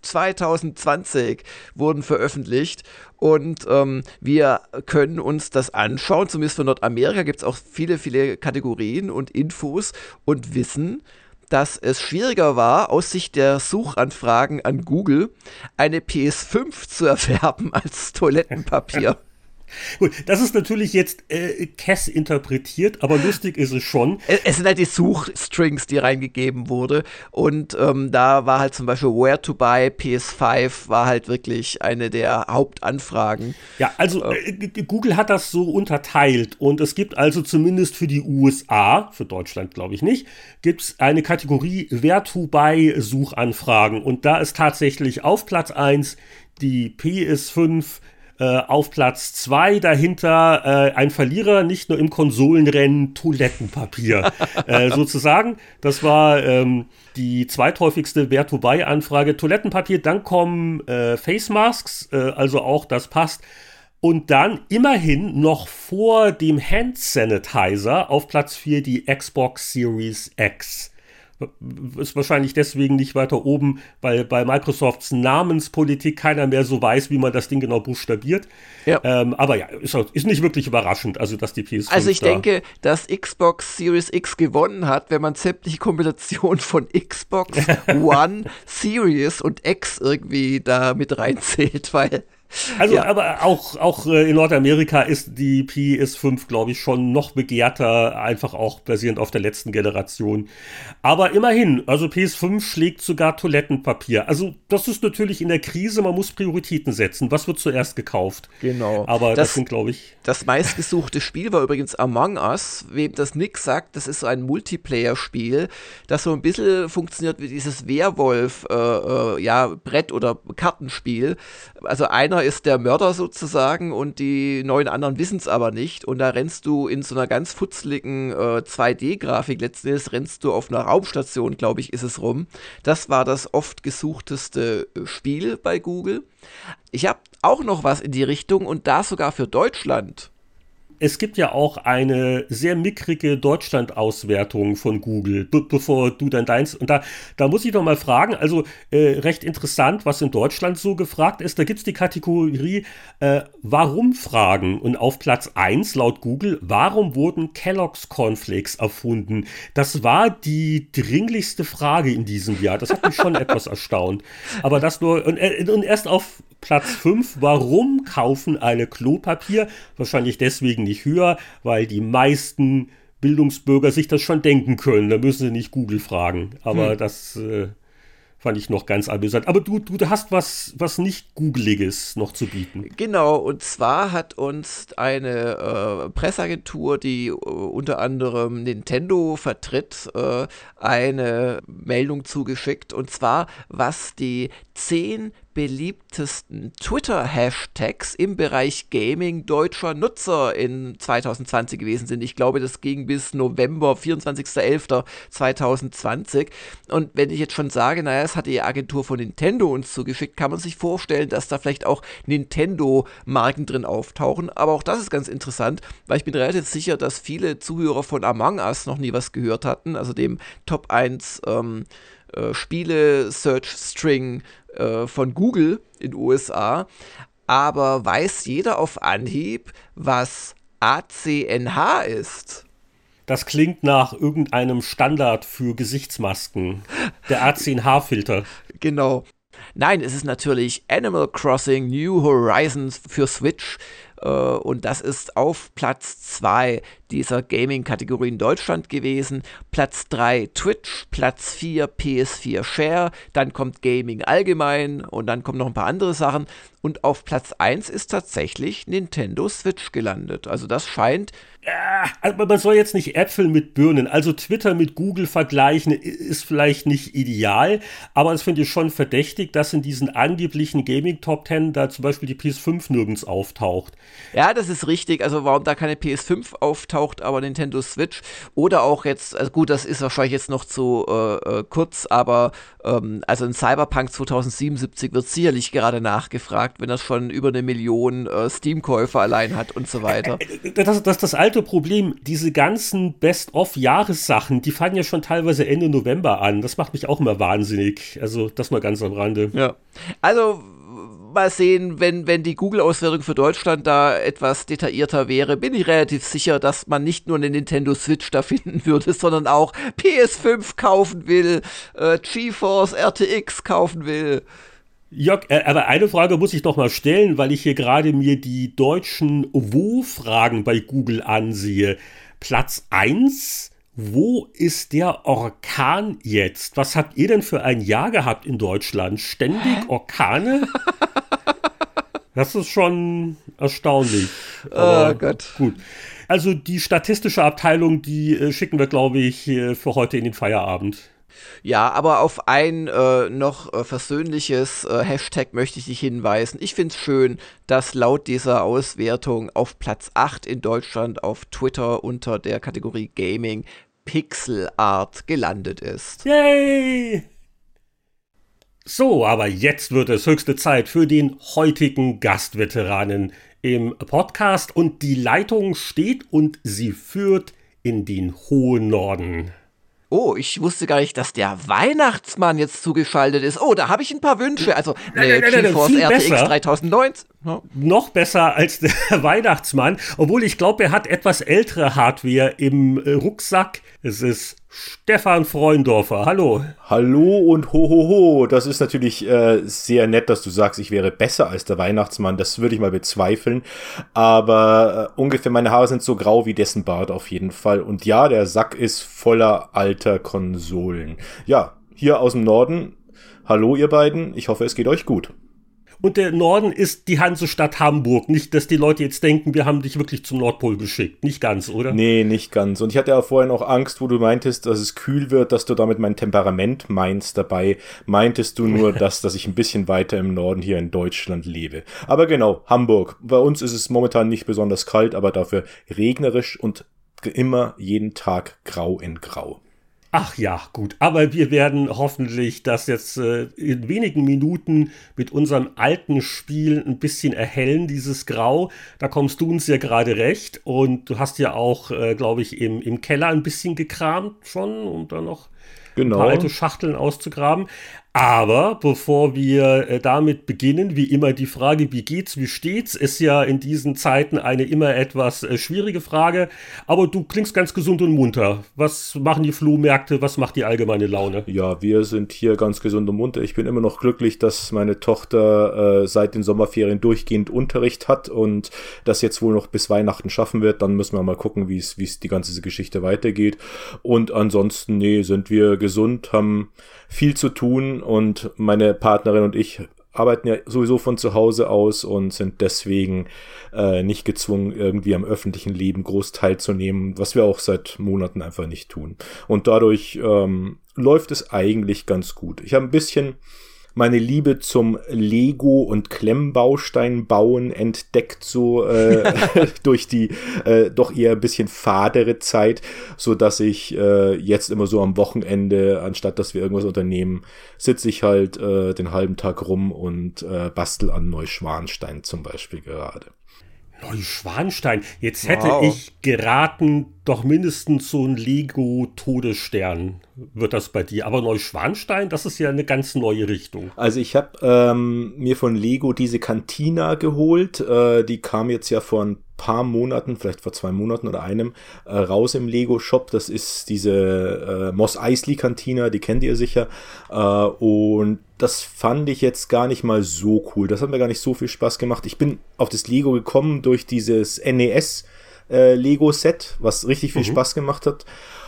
2020 wurden veröffentlicht und wir können uns das anschauen. Zumindest für Nordamerika gibt es auch viele, viele Kategorien und Infos und Wissen, dass es schwieriger war, aus Sicht der Suchanfragen an Google eine PS5 zu erwerben als Toilettenpapier. Gut, das ist natürlich jetzt Kess interpretiert, aber lustig ist es schon. Es sind halt die Suchstrings, die reingegeben wurde und da war halt zum Beispiel Where to Buy PS5 war halt wirklich eine der Hauptanfragen. Ja, also Google hat das so unterteilt und es gibt also zumindest für die USA, für Deutschland glaube ich nicht, gibt es eine Kategorie Where to Buy Suchanfragen und da ist tatsächlich auf Platz 1 die PS5, auf Platz 2 dahinter ein Verlierer, nicht nur im Konsolenrennen, Toilettenpapier. Sozusagen, das war die zweithäufigste Where-to-Buy-Anfrage. Toilettenpapier, dann kommen Face Masks, also auch das passt. Und dann immerhin noch vor dem Hand Sanitizer auf Platz 4 die Xbox Series X. Ist wahrscheinlich deswegen nicht weiter oben, weil bei Microsofts Namenspolitik keiner mehr so weiß, wie man das Ding genau buchstabiert. Ja. Aber ja, ist nicht wirklich überraschend, also dass die PS5 Also ich denke, dass Xbox Series X gewonnen hat, wenn man sämtliche Kombinationen von Xbox One, Series und X irgendwie da mit reinzählt, weil also, ja. Aber auch in Nordamerika ist die PS5, glaube ich, schon noch begehrter, einfach auch basierend auf der letzten Generation. Aber immerhin, also PS5 schlägt sogar Toilettenpapier. Also das ist natürlich in der Krise, man muss Prioritäten setzen. Was wird zuerst gekauft? Genau. Aber das sind, glaube ich... Das meistgesuchte Spiel war übrigens Among Us. Wem das nix sagt, das ist so ein Multiplayer-Spiel, das so ein bisschen funktioniert wie dieses Werwolf, Brett- oder Kartenspiel. Also einer ist der Mörder sozusagen und die 9 anderen wissen es aber nicht und da rennst du in so einer ganz futzeligen 2D-Grafik, letzten Endes rennst du auf einer Raumstation, glaube ich, ist es rum. Das war das oft gesuchteste Spiel bei Google. Ich habe auch noch was in die Richtung und da sogar für Deutschland. Es gibt ja auch eine sehr mickrige Deutschland-Auswertung von Google, bevor du dann deins, und da muss ich doch mal fragen, also recht interessant, was in Deutschland so gefragt ist, da gibt es die Kategorie Warum-Fragen und auf Platz 1 laut Google, warum wurden Kellogg's Cornflakes erfunden? Das war die dringlichste Frage in diesem Jahr, das hat mich schon etwas erstaunt, aber das nur, und erst auf Platz 5, warum kaufen alle Klopapier? Wahrscheinlich deswegen nicht höher, weil die meisten Bildungsbürger sich das schon denken können. Da müssen sie nicht Google fragen. Aber das fand ich noch ganz amüsant. Aber du hast was nicht Googeliges noch zu bieten. Genau, und zwar hat uns eine Presseagentur, die unter anderem Nintendo vertritt, eine Meldung zugeschickt. Und zwar, was die 10 beliebtesten Twitter-Hashtags im Bereich Gaming deutscher Nutzer in 2020 gewesen sind. Ich glaube, das ging bis November, 24.11.2020. Und wenn ich jetzt schon sage, naja, es hat die Agentur von Nintendo uns zugeschickt, kann man sich vorstellen, dass da vielleicht auch Nintendo-Marken drin auftauchen. Aber auch das ist ganz interessant, weil ich bin relativ sicher, dass viele Zuhörer von Among Us noch nie was gehört hatten, also dem Top 1 Spiele-Search-String von Google in den USA, aber weiß jeder auf Anhieb, was ACNH ist? Das klingt nach irgendeinem Standard für Gesichtsmasken. Der A10H-Filter. Genau. Nein, es ist natürlich Animal Crossing New Horizons für Switch. Und das ist auf Platz 2 dieser Gaming-Kategorie in Deutschland gewesen. Platz 3 Twitch, Platz 4 PS4 Share, dann kommt Gaming allgemein und dann kommen noch ein paar andere Sachen. Und auf Platz 1 ist tatsächlich Nintendo Switch gelandet. Also das scheint... Aber man soll jetzt nicht Äpfel mit Birnen, also Twitter mit Google vergleichen, ist vielleicht nicht ideal, aber das finde ich schon verdächtig, dass in diesen angeblichen Gaming-Top 10 da zum Beispiel die PS5 nirgends auftaucht. Ja, das ist richtig. Also warum da keine PS5 auftaucht, aber Nintendo Switch oder auch jetzt, also gut, das ist wahrscheinlich jetzt noch zu kurz, aber also in Cyberpunk 2077 wird sicherlich gerade nachgefragt, wenn das schon über 1 Million Steam-Käufer allein hat und so weiter. Das ist das alte Problem. Diese ganzen Best-of-Jahressachen, die fangen ja schon teilweise Ende November an. Das macht mich auch immer wahnsinnig. Also das mal ganz am Rande. Ja, also mal sehen, wenn die Google-Auswertung für Deutschland da etwas detaillierter wäre, bin ich relativ sicher, dass man nicht nur eine Nintendo Switch da finden würde, sondern auch PS5 kaufen will, GeForce RTX kaufen will. Jörg, aber eine Frage muss ich doch mal stellen, weil ich hier gerade mir die deutschen Wo-Fragen bei Google ansehe. Platz 1, wo ist der Orkan jetzt? Was habt ihr denn für ein Jahr gehabt in Deutschland? Ständig Orkane? Das ist schon erstaunlich. Oh Gott. Gut. Also die statistische Abteilung, die schicken wir, glaube ich, für heute in den Feierabend. Ja, aber auf ein noch versöhnliches Hashtag möchte ich dich hinweisen. Ich finde es schön, dass laut dieser Auswertung auf Platz 8 in Deutschland auf Twitter unter der Kategorie Gaming Pixel Art gelandet ist. Yay! So, aber jetzt wird es höchste Zeit für den heutigen Gastveteranen im Podcast und die Leitung steht und sie führt in den hohen Norden. Oh, ich wusste gar nicht, dass der Weihnachtsmann jetzt zugeschaltet ist. Oh, da habe ich ein paar Wünsche. Also eine GeForce RTX 3090. Ja. Noch besser als der Weihnachtsmann, obwohl ich glaube, er hat etwas ältere Hardware im Rucksack. Es ist Stefan Freundorfer. Hallo. Hallo und ho. Das ist natürlich sehr nett, dass du sagst, ich wäre besser als der Weihnachtsmann. Das würde ich mal bezweifeln. Aber ungefähr meine Haare sind so grau wie dessen Bart auf jeden Fall. Und ja, der Sack ist voller alter Konsolen. Ja, hier aus dem Norden. Hallo ihr beiden. Ich hoffe, es geht euch gut. Und der Norden ist die Hansestadt Hamburg. Nicht, dass die Leute jetzt denken, wir haben dich wirklich zum Nordpol geschickt. Nicht ganz, oder? Nee, nicht ganz. Und ich hatte ja vorhin auch Angst, wo du meintest, dass es kühl wird, dass du damit mein Temperament meinst. Dabei meintest du nur, dass ich ein bisschen weiter im Norden hier in Deutschland lebe. Aber genau, Hamburg. Bei uns ist es momentan nicht besonders kalt, aber dafür regnerisch und immer jeden Tag grau in grau. Ach ja, gut. Aber wir werden hoffentlich das jetzt in wenigen Minuten mit unserem alten Spiel ein bisschen erhellen, dieses Grau. Da kommst du uns ja gerade recht. Und du hast ja auch, glaube ich, im Keller ein bisschen gekramt schon, um da noch ein paar alte Schachteln auszugraben. Aber bevor wir damit beginnen, wie immer die Frage, wie geht's, wie steht's, ist ja in diesen Zeiten eine immer etwas schwierige Frage. Aber du klingst ganz gesund und munter. Was machen die Flohmärkte, was macht die allgemeine Laune? Ja, wir sind hier ganz gesund und munter. Ich bin immer noch glücklich, dass meine Tochter seit den Sommerferien durchgehend Unterricht hat und das jetzt wohl noch bis Weihnachten schaffen wird. Dann müssen wir mal gucken, wie es die ganze Geschichte weitergeht. Und ansonsten, sind wir gesund, haben viel zu tun und meine Partnerin und ich arbeiten ja sowieso von zu Hause aus und sind deswegen nicht gezwungen, irgendwie am öffentlichen Leben groß teilzunehmen, was wir auch seit Monaten einfach nicht tun. Und dadurch läuft es eigentlich ganz gut. Ich habe ein bisschen meine Liebe zum Lego- und Klemmbausteinbauen entdeckt, so durch die doch eher ein bisschen fadere Zeit, so dass ich jetzt immer so am Wochenende, anstatt dass wir irgendwas unternehmen, sitze ich halt den halben Tag rum und bastel an Neuschwanstein zum Beispiel gerade. Neuschwanstein. Jetzt hätte ich geraten, doch mindestens so ein Lego-Todesstern wird das bei dir. Aber Neuschwanstein, das ist ja eine ganz neue Richtung. Also ich habe mir von Lego diese Cantina geholt. Die kam jetzt ja vor ein paar Monaten, vielleicht vor 2 Monaten oder einem, raus im Lego-Shop. Das ist diese Mos Eisley Cantina, die kennt ihr sicher. Und das fand ich jetzt gar nicht mal so cool. Das hat mir gar nicht so viel Spaß gemacht. Ich bin auf das Lego gekommen durch dieses NES Lego-Set, was richtig viel Spaß gemacht hat.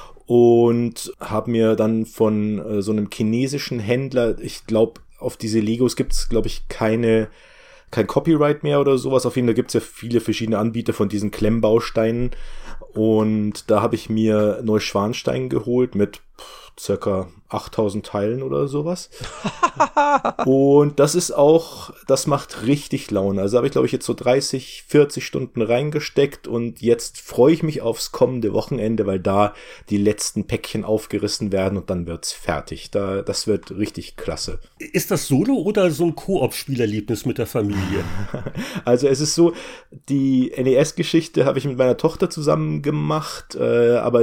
Und habe mir dann von so einem chinesischen Händler, ich glaube, auf diese Legos gibt es, glaube ich, kein Copyright mehr oder sowas. Auf jeden Fall gibt es ja viele verschiedene Anbieter von diesen Klemmbausteinen. Und da habe ich mir Neuschwanstein geholt mit circa 8000 Teilen oder sowas. Und das macht richtig Laune. Also habe ich, glaube ich, jetzt so 30, 40 Stunden reingesteckt und jetzt freue ich mich aufs kommende Wochenende, weil da die letzten Päckchen aufgerissen werden und dann wird's fertig. Das wird richtig klasse. Ist das Solo oder so ein Koop-Spielerlebnis mit der Familie? Also es ist so, die NES-Geschichte habe ich mit meiner Tochter zusammen gemacht, aber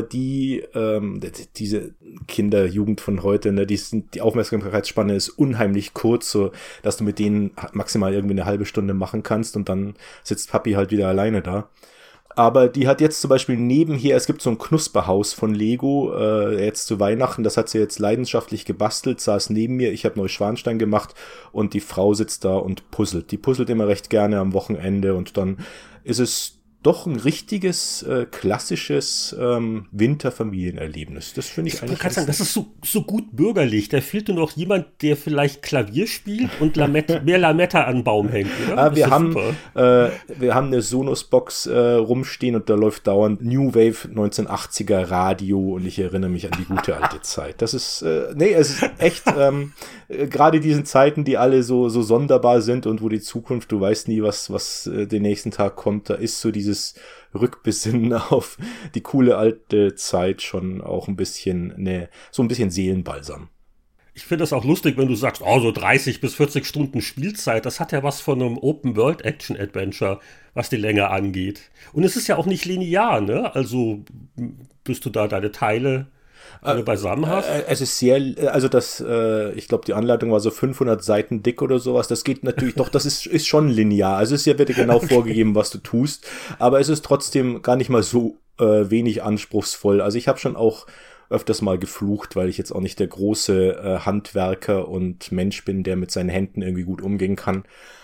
diese Kinder-Jugend von heute, ne, die Aufmerksamkeitsspanne ist unheimlich kurz, so dass du mit denen maximal irgendwie eine halbe Stunde machen kannst und dann sitzt Papi halt wieder alleine da. Aber die hat jetzt zum Beispiel nebenher, es gibt so ein Knusperhaus von Lego, jetzt zu Weihnachten, das hat sie jetzt leidenschaftlich gebastelt, saß neben mir, ich habe Neuschwanstein gemacht und die Frau sitzt da und puzzelt. Die puzzelt immer recht gerne am Wochenende und dann ist es doch ein richtiges, klassisches Winterfamilienerlebnis. Das finde ich eigentlich. Ich kann sagen, das ist so gut bürgerlich. Da fehlt nur noch jemand, der vielleicht Klavier spielt und mehr Lametta an den Baum hängt. Oder? Wir haben eine Sonos-Box rumstehen und da läuft dauernd New Wave 1980er Radio und ich erinnere mich an die gute alte Zeit. Das ist, es ist echt, gerade diesen Zeiten, die alle so sonderbar sind und wo die Zukunft, du weißt nie, was den nächsten Tag kommt, da ist so dieses Rückbesinnen auf die coole alte Zeit schon auch ein bisschen Seelenbalsam. Ich finde das auch lustig, wenn du sagst, so 30 bis 40 Stunden Spielzeit, das hat ja was von einem Open-World-Action-Adventure, was die Länge angeht. Und es ist ja auch nicht linear, ne? Also, bis du da deine Teile beisammen hast? Es ist sehr, ich glaube, die Anleitung war so 500 Seiten dick oder sowas. Das geht natürlich doch, das ist schon linear. Also es ist ja wirklich genau vorgegeben, was du tust. Aber es ist trotzdem gar nicht mal so wenig anspruchsvoll. Also ich habe schon auch öfters mal geflucht, weil ich jetzt auch nicht der große Handwerker und Mensch bin, der mit seinen Händen irgendwie gut umgehen kann.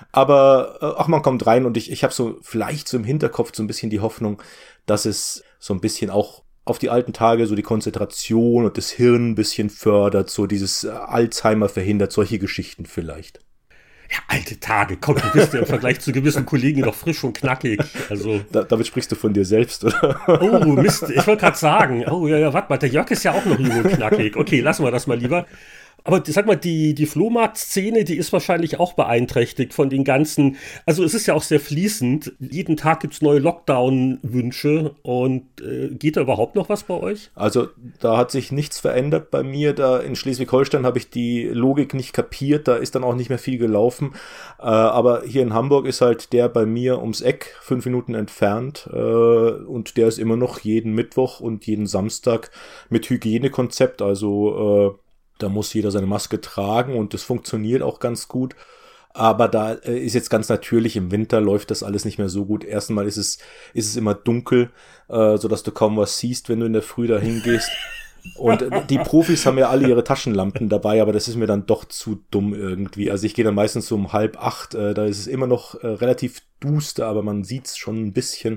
Aber man kommt rein und ich habe so vielleicht so im Hinterkopf so ein bisschen die Hoffnung, dass es so ein bisschen auch auf die alten Tage so die Konzentration und das Hirn ein bisschen fördert, so dieses Alzheimer verhindert, solche Geschichten vielleicht. Ja, alte Tage, komm, du bist ja im Vergleich zu gewissen Kollegen noch frisch und knackig. Also. Damit sprichst du von dir selbst, oder? Oh, Mist, ich wollte gerade sagen, warte mal, der Jörg ist ja auch noch jung und knackig. Okay, lassen wir das mal lieber. Aber sag mal, die Flohmarktszene, die ist wahrscheinlich auch beeinträchtigt von den ganzen, also es ist ja auch sehr fließend, jeden Tag gibt's neue Lockdown-Wünsche und geht da überhaupt noch was bei euch? Also da hat sich nichts verändert bei mir, da in Schleswig-Holstein habe ich die Logik nicht kapiert, da ist dann auch nicht mehr viel gelaufen, aber hier in Hamburg ist halt der bei mir ums Eck, 5 Minuten entfernt und der ist immer noch jeden Mittwoch und jeden Samstag mit Hygienekonzept, also da muss jeder seine Maske tragen und das funktioniert auch ganz gut. Aber da ist jetzt ganz natürlich, im Winter läuft das alles nicht mehr so gut. Erstmal ist es immer dunkel, sodass du kaum was siehst, wenn du in der Früh da hingehst. Und die Profis haben ja alle ihre Taschenlampen dabei, aber das ist mir dann doch zu dumm irgendwie. Also ich gehe dann meistens so um 7:30, da ist es immer noch relativ duster, aber man sieht's schon ein bisschen.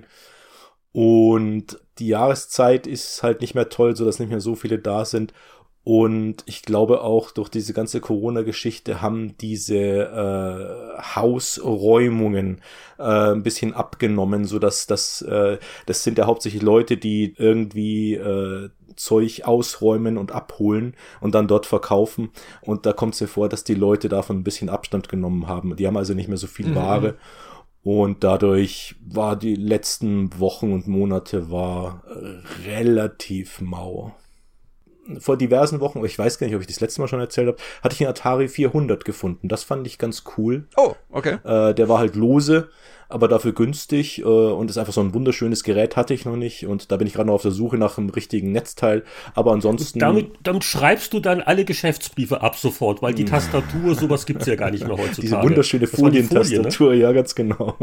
Und die Jahreszeit ist halt nicht mehr toll, sodass nicht mehr so viele da sind. Und ich glaube auch, durch diese ganze Corona-Geschichte haben diese Hausräumungen ein bisschen abgenommen, sodass das sind ja hauptsächlich Leute, die irgendwie Zeug ausräumen und abholen und dann dort verkaufen. Und da kommt es mir vor, dass die Leute davon ein bisschen Abstand genommen haben. Die haben also nicht mehr so viel Ware. Und dadurch war die letzten Wochen und Monate relativ mau. vor diversen Wochen, ich weiß gar nicht, ob ich das letzte Mal schon erzählt habe, hatte ich einen Atari 400 gefunden. Das fand ich ganz cool. Oh, okay. Der war halt lose, aber dafür günstig und ist einfach so ein wunderschönes Gerät, hatte ich noch nicht. Und da bin ich gerade noch auf der Suche nach einem richtigen Netzteil. Aber ansonsten... Damit schreibst du dann alle Geschäftsbriefe ab sofort, weil die Tastatur, sowas gibt's ja gar nicht mehr heutzutage. Diese wunderschöne Folientastatur, Folie, ne? Ja, ganz genau.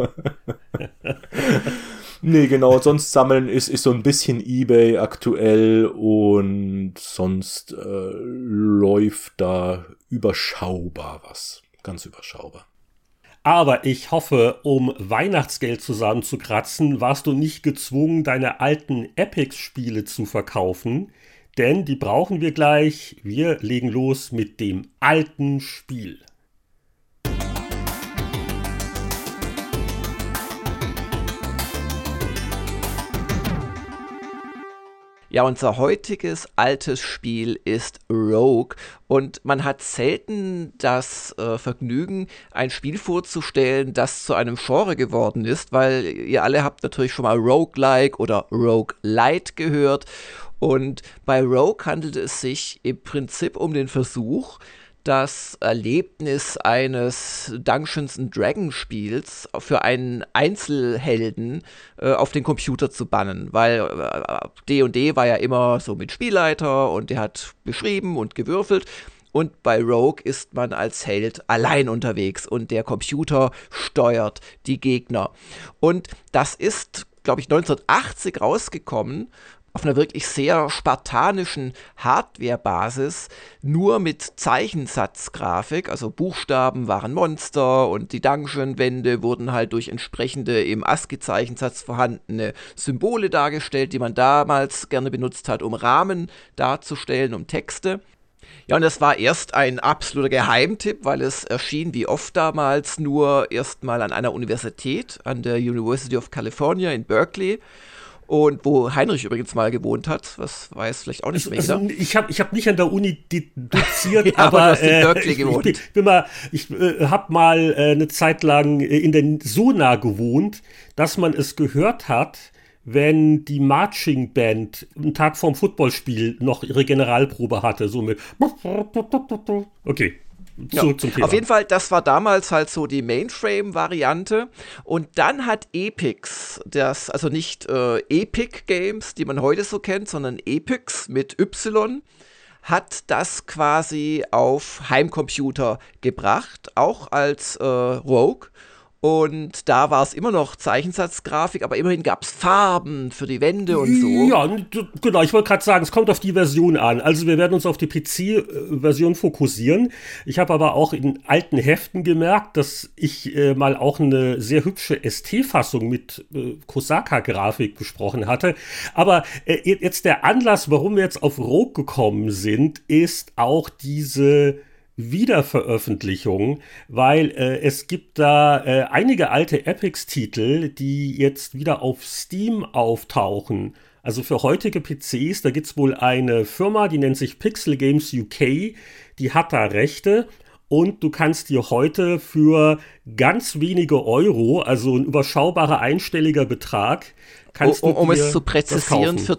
Nee, genau, sonst sammeln ist so ein bisschen eBay aktuell und sonst läuft da überschaubar was. Ganz überschaubar. Aber ich hoffe, um Weihnachtsgeld zusammenzukratzen, warst du nicht gezwungen, deine alten Epix-Spiele zu verkaufen, denn die brauchen wir gleich. Wir legen los mit dem alten Spiel. Ja, unser heutiges altes Spiel ist Rogue und man hat selten das Vergnügen, ein Spiel vorzustellen, das zu einem Genre geworden ist, weil ihr alle habt natürlich schon mal Roguelike oder Roguelite gehört und bei Rogue handelt es sich im Prinzip um den Versuch, das Erlebnis eines Dungeons & Dragons Spiels für einen Einzelhelden auf den Computer zu bannen, weil D&D war ja immer so mit Spielleiter und der hat beschrieben und gewürfelt und bei Rogue ist man als Held allein unterwegs und der Computer steuert die Gegner. Und das ist, glaube ich, 1980 rausgekommen, auf einer wirklich sehr spartanischen Hardware-Basis, nur mit Zeichensatzgrafik, also Buchstaben waren Monster und die Dungeon-Wände wurden halt durch entsprechende im ASCII-Zeichensatz vorhandene Symbole dargestellt, die man damals gerne benutzt hat, um Rahmen darzustellen, um Texte. Ja, und das war erst ein absoluter Geheimtipp, weil es erschien wie oft damals nur erstmal an einer Universität, an der University of California in Berkeley. Und wo Heinrich übrigens mal gewohnt hat, was weiß vielleicht auch nicht mehr. Also ich hab nicht an der Uni doziert, ja, aber du hast in Berkeley gewohnt. Ich habe mal eine Zeit lang in der Sona gewohnt, dass man es gehört hat, wenn die Marching Band einen Tag vorm Footballspiel noch ihre Generalprobe hatte, so mit okay. Zurück zum Thema. Auf jeden Fall, das war damals halt so die Mainframe-Variante und dann hat Epix, also nicht Epic Games, die man heute so kennt, sondern Epix mit Y, hat das quasi auf Heimcomputer gebracht, auch als Rogue. Und da war es immer noch Zeichensatzgrafik, aber immerhin gab es Farben für die Wände und so. Ja, genau, ich wollte gerade sagen, es kommt auf die Version an. Also wir werden uns auf die PC-Version fokussieren. Ich habe aber auch in alten Heften gemerkt, dass ich mal auch eine sehr hübsche ST-Fassung mit Kosaka-Grafik besprochen hatte. Aber jetzt der Anlass, warum wir jetzt auf Rogue gekommen sind, ist auch diese Wiederveröffentlichung, weil es gibt da einige alte Epix-Titel, die jetzt wieder auf Steam auftauchen. Also für heutige PCs, da gibt's wohl eine Firma, die nennt sich Pixel Games UK, die hat da Rechte und du kannst dir heute für ganz wenige Euro, also ein überschaubarer einstelliger Betrag, um es zu präzisieren, für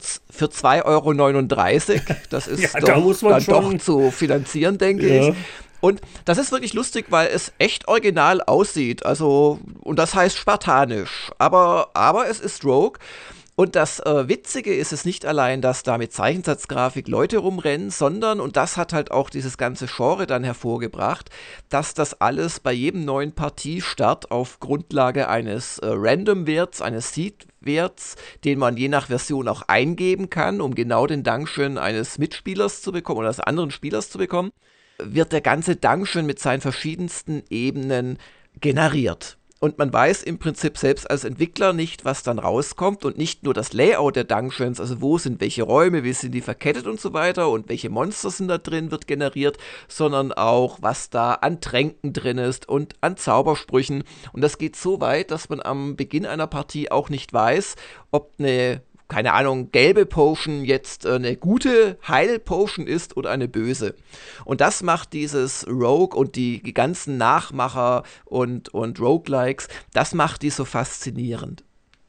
2,39 €, das ist ja, doch zu finanzieren, denke ich. Und das ist wirklich lustig, weil es echt original aussieht, also, und das heißt spartanisch, aber es ist Rogue. Und das Witzige ist es nicht allein, dass da mit Zeichensatzgrafik Leute rumrennen, sondern, und das hat halt auch dieses ganze Genre dann hervorgebracht, dass das alles bei jedem neuen Partiestart auf Grundlage eines Random-Werts, eines Seed-Werts, den man je nach Version auch eingeben kann, um genau den Dungeon eines Mitspielers zu bekommen oder eines anderen Spielers zu bekommen, wird der ganze Dungeon mit seinen verschiedensten Ebenen generiert. Und man weiß im Prinzip selbst als Entwickler nicht, was dann rauskommt und nicht nur das Layout der Dungeons, also wo sind welche Räume, wie sind die verkettet und so weiter und welche Monster sind da drin, wird generiert, sondern auch, was da an Tränken drin ist und an Zaubersprüchen. Und das geht so weit, dass man am Beginn einer Partie auch nicht weiß, ob eine, keine Ahnung, gelbe Potion jetzt eine gute Heil-Potion ist oder eine böse. Und das macht dieses Rogue und die ganzen Nachmacher und Roguelikes, das macht die so faszinierend.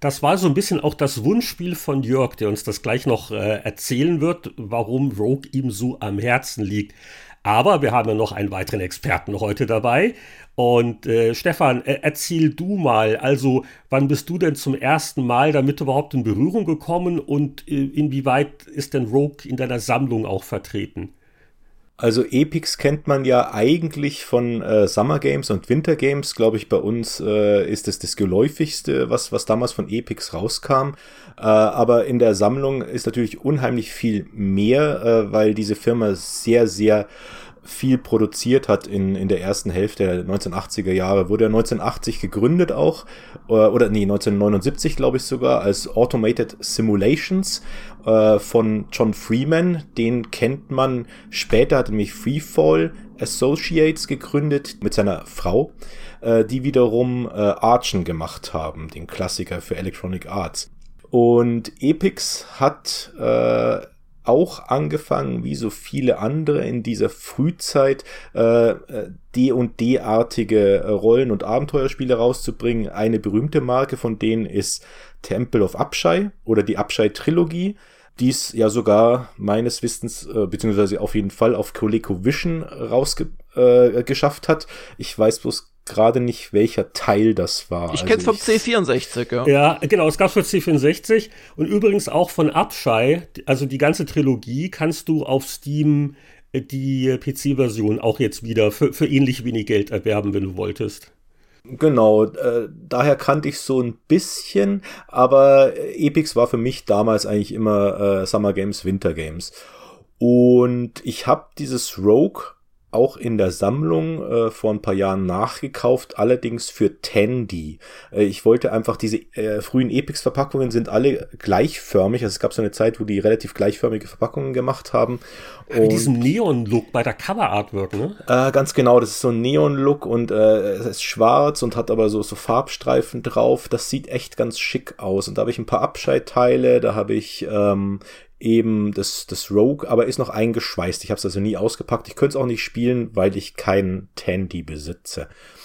Das war so ein bisschen auch das Wunschspiel von Jörg, der uns das gleich noch erzählen wird, warum Rogue ihm so am Herzen liegt. Aber wir haben ja noch einen weiteren Experten heute dabei. Und Stefan, erzähl du mal, also wann bist du denn zum ersten Mal damit überhaupt in Berührung gekommen und inwieweit ist denn Rogue in deiner Sammlung auch vertreten? Also Epix kennt man ja eigentlich von Summer Games und Winter Games, glaube ich. Bei uns ist es das geläufigste, was damals von Epix rauskam. Aber in der Sammlung ist natürlich unheimlich viel mehr, weil diese Firma sehr, sehr viel produziert hat in der ersten Hälfte der 1980er Jahre. Wurde 1980 gegründet auch, 1979 glaube ich sogar, als Automated Simulations von John Freeman. Den kennt man später, hat nämlich Freefall Associates gegründet mit seiner Frau, die wiederum Archon gemacht haben, den Klassiker für Electronic Arts. Und Epix hat auch angefangen, wie so viele andere in dieser Frühzeit, D&D-artige Rollen- und Abenteuerspiele rauszubringen. Eine berühmte Marke von denen ist Temple of Upshai oder die Upshai-Trilogie, die es ja sogar meines Wissens, beziehungsweise auf jeden Fall auf ColecoVision geschafft hat. Ich weiß bloß gerade nicht, welcher Teil das war. Ich kenn's vom C64, ja. Ja, genau, es gab's für C64 und übrigens auch von Upshai, also die ganze Trilogie kannst du auf Steam die PC-Version auch jetzt wieder für ähnlich wenig Geld erwerben, wenn du wolltest. Genau, daher kannte ich so ein bisschen, aber Epix war für mich damals eigentlich immer Summer Games, Winter Games. Und ich habe dieses Rogue auch in der Sammlung vor ein paar Jahren nachgekauft, allerdings für Tandy. Ich wollte einfach, diese frühen Epix-Verpackungen sind alle gleichförmig, also es gab so eine Zeit, wo die relativ gleichförmige Verpackungen gemacht haben. Mit diesem Neon-Look bei der Cover-Artwork, ne? Ganz genau, das ist so ein Neon-Look und es ist schwarz und hat aber so Farbstreifen drauf. Das sieht echt ganz schick aus. Und da habe ich ein paar Abscheidteile, da habe ich eben das Rogue, aber ist noch eingeschweißt. Ich habe es also nie ausgepackt. Ich könnte es auch nicht spielen, weil ich keinen Tandy besitze.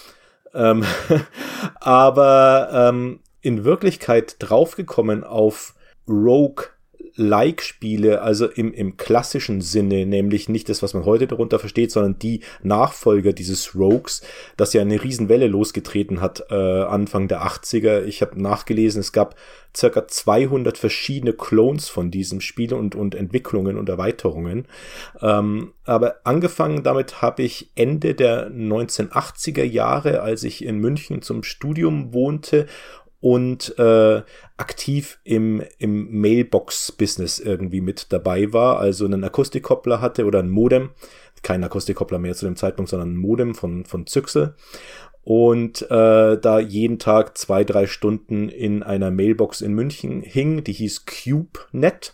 Aber in Wirklichkeit draufgekommen auf Rogue-like-Spiele, also im klassischen Sinne, nämlich nicht das, was man heute darunter versteht, sondern die Nachfolger dieses Rogues, das ja eine Riesenwelle losgetreten hat Anfang der 80er. Ich habe nachgelesen, es gab circa 200 verschiedene Clones von diesem Spiel und Entwicklungen und Erweiterungen. Aber angefangen damit habe ich Ende der 1980er Jahre, als ich in München zum Studium wohnte und aktiv im Mailbox-Business irgendwie mit dabei war, also einen Akustikkoppler hatte oder ein Modem, kein Akustikkoppler mehr zu dem Zeitpunkt, sondern ein Modem von Zyxel. Und da jeden Tag 2-3 Stunden in einer Mailbox in München hing, die hieß CubeNet.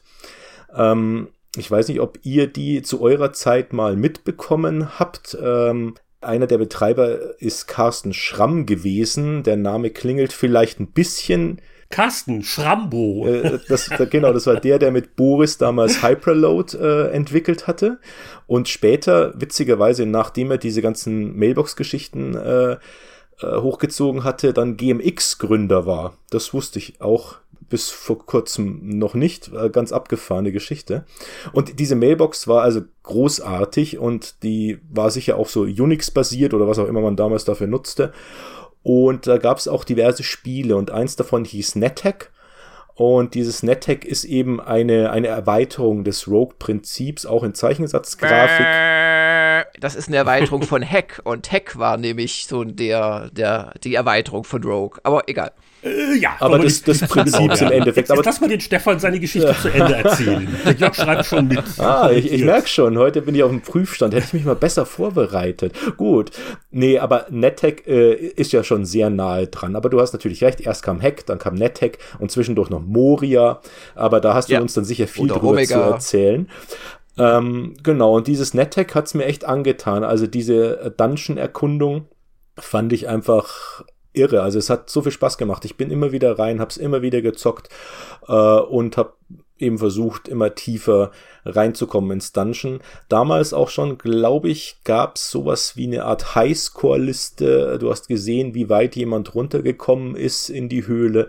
Ich weiß nicht, ob ihr die zu eurer Zeit mal mitbekommen habt. Einer der Betreiber ist Carsten Schramm gewesen. Der Name klingelt vielleicht ein bisschen. Carsten Schrambo. Das war der mit Boris damals Hyperload entwickelt hatte. Und später, witzigerweise, nachdem er diese ganzen Mailbox-Geschichten hochgezogen hatte, dann GMX-Gründer war. Das wusste ich auch bis vor kurzem noch nicht. Ganz abgefahrene Geschichte. Und diese Mailbox war also großartig und die war sicher auch so Unix-basiert oder was auch immer man damals dafür nutzte. Und da gab es auch diverse Spiele und eins davon hieß NetHack. Und dieses NetHack ist eben eine Erweiterung des Rogue-Prinzips, auch in Zeichensatzgrafik. Das ist eine Erweiterung von Hack und Hack war nämlich so die Erweiterung von Rogue, aber egal. Ja, aber das Prinzip im Endeffekt. Jetzt lass mal den Stefan seine Geschichte zu Ende erzählen. Der Jörg schreibt schon mit. Ich merke schon, heute bin ich auf dem Prüfstand. Hätte ich mich mal besser vorbereitet. Gut. Nee, aber NetHack ist ja schon sehr nahe dran. Aber du hast natürlich recht. Erst kam Hack, dann kam NetHack und zwischendurch noch Moria. Aber da hast du uns dann sicher viel drüber zu erzählen. Genau, und dieses NetHack hat's mir echt angetan. Also diese Dungeon-Erkundung fand ich einfach irre. Also es hat so viel Spaß gemacht. Ich bin immer wieder rein, hab's immer wieder gezockt und hab eben versucht, immer tiefer reinzukommen ins Dungeon. Damals auch schon, glaube ich, gab es sowas wie eine Art Highscore-Liste. Du hast gesehen, wie weit jemand runtergekommen ist in die Höhle.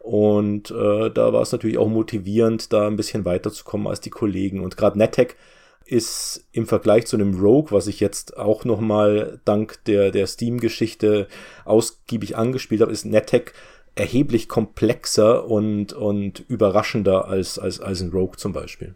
Und da war es natürlich auch motivierend, da ein bisschen weiterzukommen als die Kollegen. Und gerade NetHack ist im Vergleich zu einem Rogue, was ich jetzt auch nochmal dank der Steam-Geschichte ausgiebig angespielt habe, ist NetHack erheblich komplexer und überraschender als ein Rogue zum Beispiel.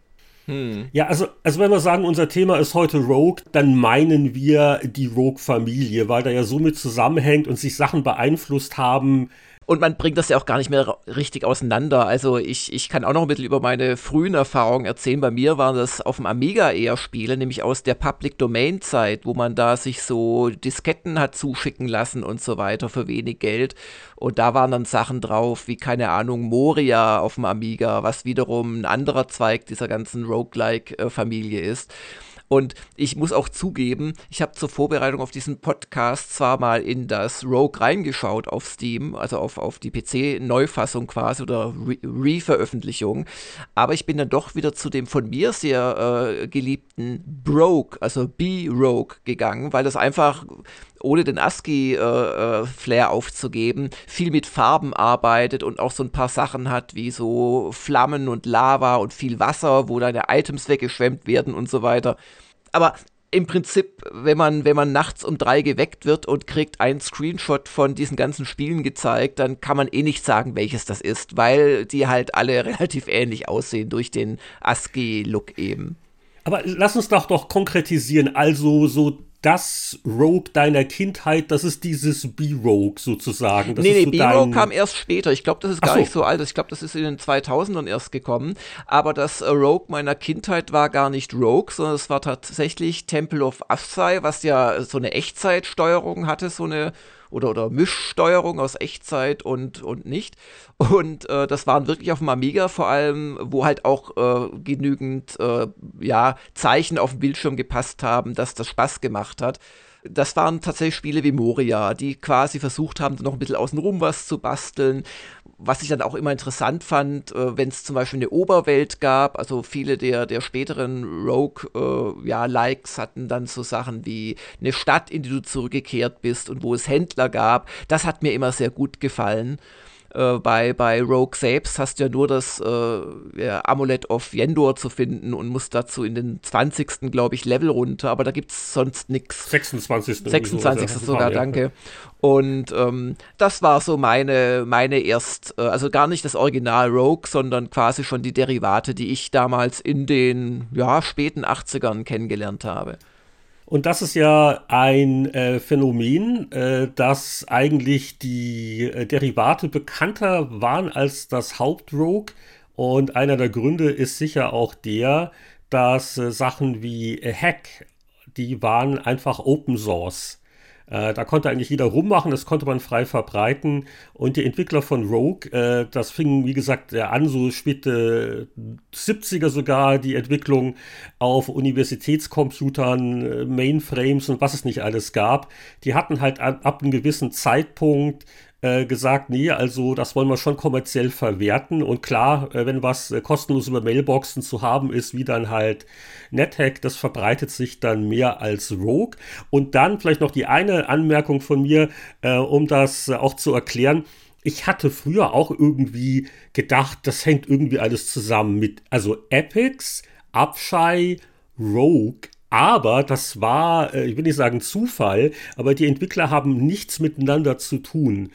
Ja, also wenn wir sagen, unser Thema ist heute Rogue, dann meinen wir die Rogue-Familie, weil da ja so mit zusammenhängt und sich Sachen beeinflusst haben. Und man bringt das ja auch gar nicht mehr richtig auseinander. Also ich kann auch noch ein bisschen über meine frühen Erfahrungen erzählen. Bei mir waren das auf dem Amiga eher Spiele, nämlich aus der Public-Domain-Zeit, wo man da sich so Disketten hat zuschicken lassen und so weiter für wenig Geld. Und da waren dann Sachen drauf, wie, keine Ahnung, Moria auf dem Amiga, was wiederum ein anderer Zweig dieser ganzen Roguelike-Familie ist. Und ich muss auch zugeben, ich habe zur Vorbereitung auf diesen Podcast zwar mal in das Rogue reingeschaut auf Steam, also auf die PC-Neufassung quasi oder Re-Veröffentlichung, aber ich bin dann doch wieder zu dem von mir sehr geliebten Brogue, also B-Rogue gegangen, weil das einfach, ohne den ASCII-Flair aufzugeben, viel mit Farben arbeitet und auch so ein paar Sachen hat, wie so Flammen und Lava und viel Wasser, wo deine Items weggeschwemmt werden und so weiter. Aber im Prinzip, wenn man nachts um 3 geweckt wird und kriegt einen Screenshot von diesen ganzen Spielen gezeigt, dann kann man eh nicht sagen, welches das ist, weil die halt alle relativ ähnlich aussehen durch den ASCII-Look eben. Aber lass uns doch konkretisieren, also so das Rogue deiner Kindheit, das ist dieses B-Rogue sozusagen. Nee, so B-Rogue kam erst später. Ich glaube, das ist gar nicht so alt. Ich glaube, das ist in den 2000ern erst gekommen. Aber das Rogue meiner Kindheit war gar nicht Rogue, sondern es war tatsächlich Temple of Asai, was ja so eine Echtzeitsteuerung hatte, so eine oder Mischsteuerung aus Echtzeit und nicht. Und das waren wirklich auf dem Amiga vor allem, wo halt auch genügend Zeichen auf dem Bildschirm gepasst haben, dass das Spaß gemacht hat. Das waren tatsächlich Spiele wie Moria, die quasi versucht haben, noch ein bisschen außenrum was zu basteln. Was ich dann auch immer interessant fand, wenn es zum Beispiel eine Oberwelt gab, also viele der späteren Rogue-Likes hatten dann so Sachen wie eine Stadt, in die du zurückgekehrt bist und wo es Händler gab. Das hat mir immer sehr gut gefallen. Bei Rogue selbst hast du ja nur das Amulet of Yendor zu finden und musst dazu in den 20. glaube ich, Level runter, aber da gibt's sonst nichts. 26. 26. sogar, danke. Und das war so meine also gar nicht das Original Rogue, sondern quasi schon die Derivate, die ich damals in den späten 80ern kennengelernt habe. Und das ist ja ein Phänomen, dass eigentlich die Derivate bekannter waren als das Haupt-Rogue. Und einer der Gründe ist sicher auch der, dass Sachen wie Hack, die waren einfach Open Source. Da konnte eigentlich jeder rummachen, das konnte man frei verbreiten. Und die Entwickler von Rogue, das fing, wie gesagt, an, so späte 70er sogar, die Entwicklung auf Universitätscomputern, Mainframes und was es nicht alles gab. Die hatten halt ab einem gewissen Zeitpunkt gesagt, nee, also das wollen wir schon kommerziell verwerten. Und klar, wenn was kostenlos über Mailboxen zu haben ist, wie dann halt NetHack, das verbreitet sich dann mehr als Rogue. Und dann vielleicht noch die eine Anmerkung von mir, um das auch zu erklären. Ich hatte früher auch irgendwie gedacht, das hängt irgendwie alles zusammen mit, also Epix, Abschei, Rogue. Aber das war, ich will nicht sagen Zufall, aber die Entwickler haben nichts miteinander zu tun.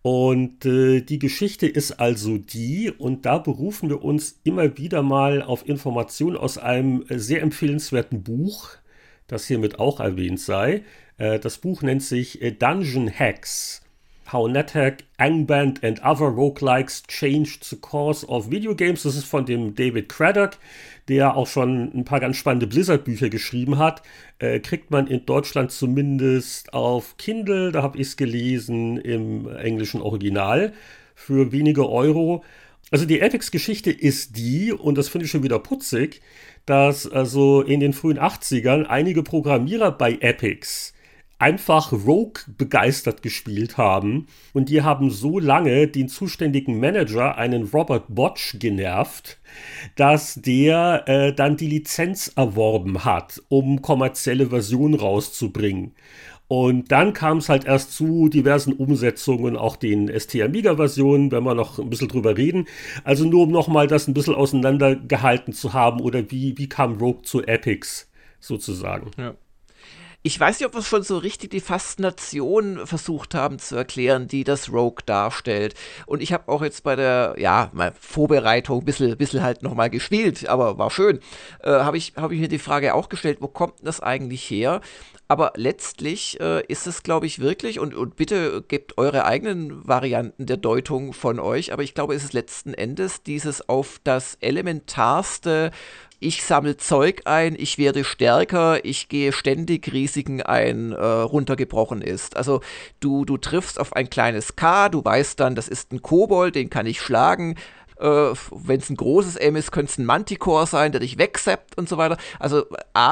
Und die Geschichte ist also die, und da berufen wir uns immer wieder mal auf Informationen aus einem sehr empfehlenswerten Buch, das hiermit auch erwähnt sei. Das Buch nennt sich Dungeon Hacks. How NetHack, Angband and Other Roguelikes Changed the Course of Video Games. Das ist von dem David Craddock, der auch schon ein paar ganz spannende Blizzard-Bücher geschrieben hat. Kriegt man in Deutschland zumindest auf Kindle, da habe ich es gelesen, im englischen Original, für wenige Euro. Also die Epix-Geschichte ist die, und das finde ich schon wieder putzig, dass also in den frühen 80ern einige Programmierer bei Epix einfach Rogue begeistert gespielt haben. Und die haben so lange den zuständigen Manager, einen Robert Botch, genervt, dass der dann die Lizenz erworben hat, um kommerzielle Versionen rauszubringen. Und dann kam es halt erst zu diversen Umsetzungen, auch den ST-Amiga-Versionen, wenn wir noch ein bisschen drüber reden. Also nur um nochmal das ein bisschen auseinandergehalten zu haben, oder wie kam Rogue zu Epix sozusagen. Ja. Ich weiß nicht, ob wir schon so richtig die Faszination versucht haben zu erklären, die das Rogue darstellt. Und ich habe auch jetzt bei der Vorbereitung ein bisschen halt nochmal gespielt, aber war schön. Habe ich mir die Frage auch gestellt, wo kommt das eigentlich her? Aber letztlich ist es, glaube ich, wirklich, und bitte gebt eure eigenen Varianten der Deutung von euch, aber ich glaube, es ist letzten Endes dieses auf das Elementarste: Ich sammle Zeug ein, ich werde stärker, ich gehe ständig Risiken ein, runtergebrochen ist. Also du triffst auf ein kleines K, du weißt dann, das ist ein Kobold, den kann ich schlagen. Wenn es ein großes M ist, könnte es ein Manticore sein, der dich wegsappt und so weiter. Also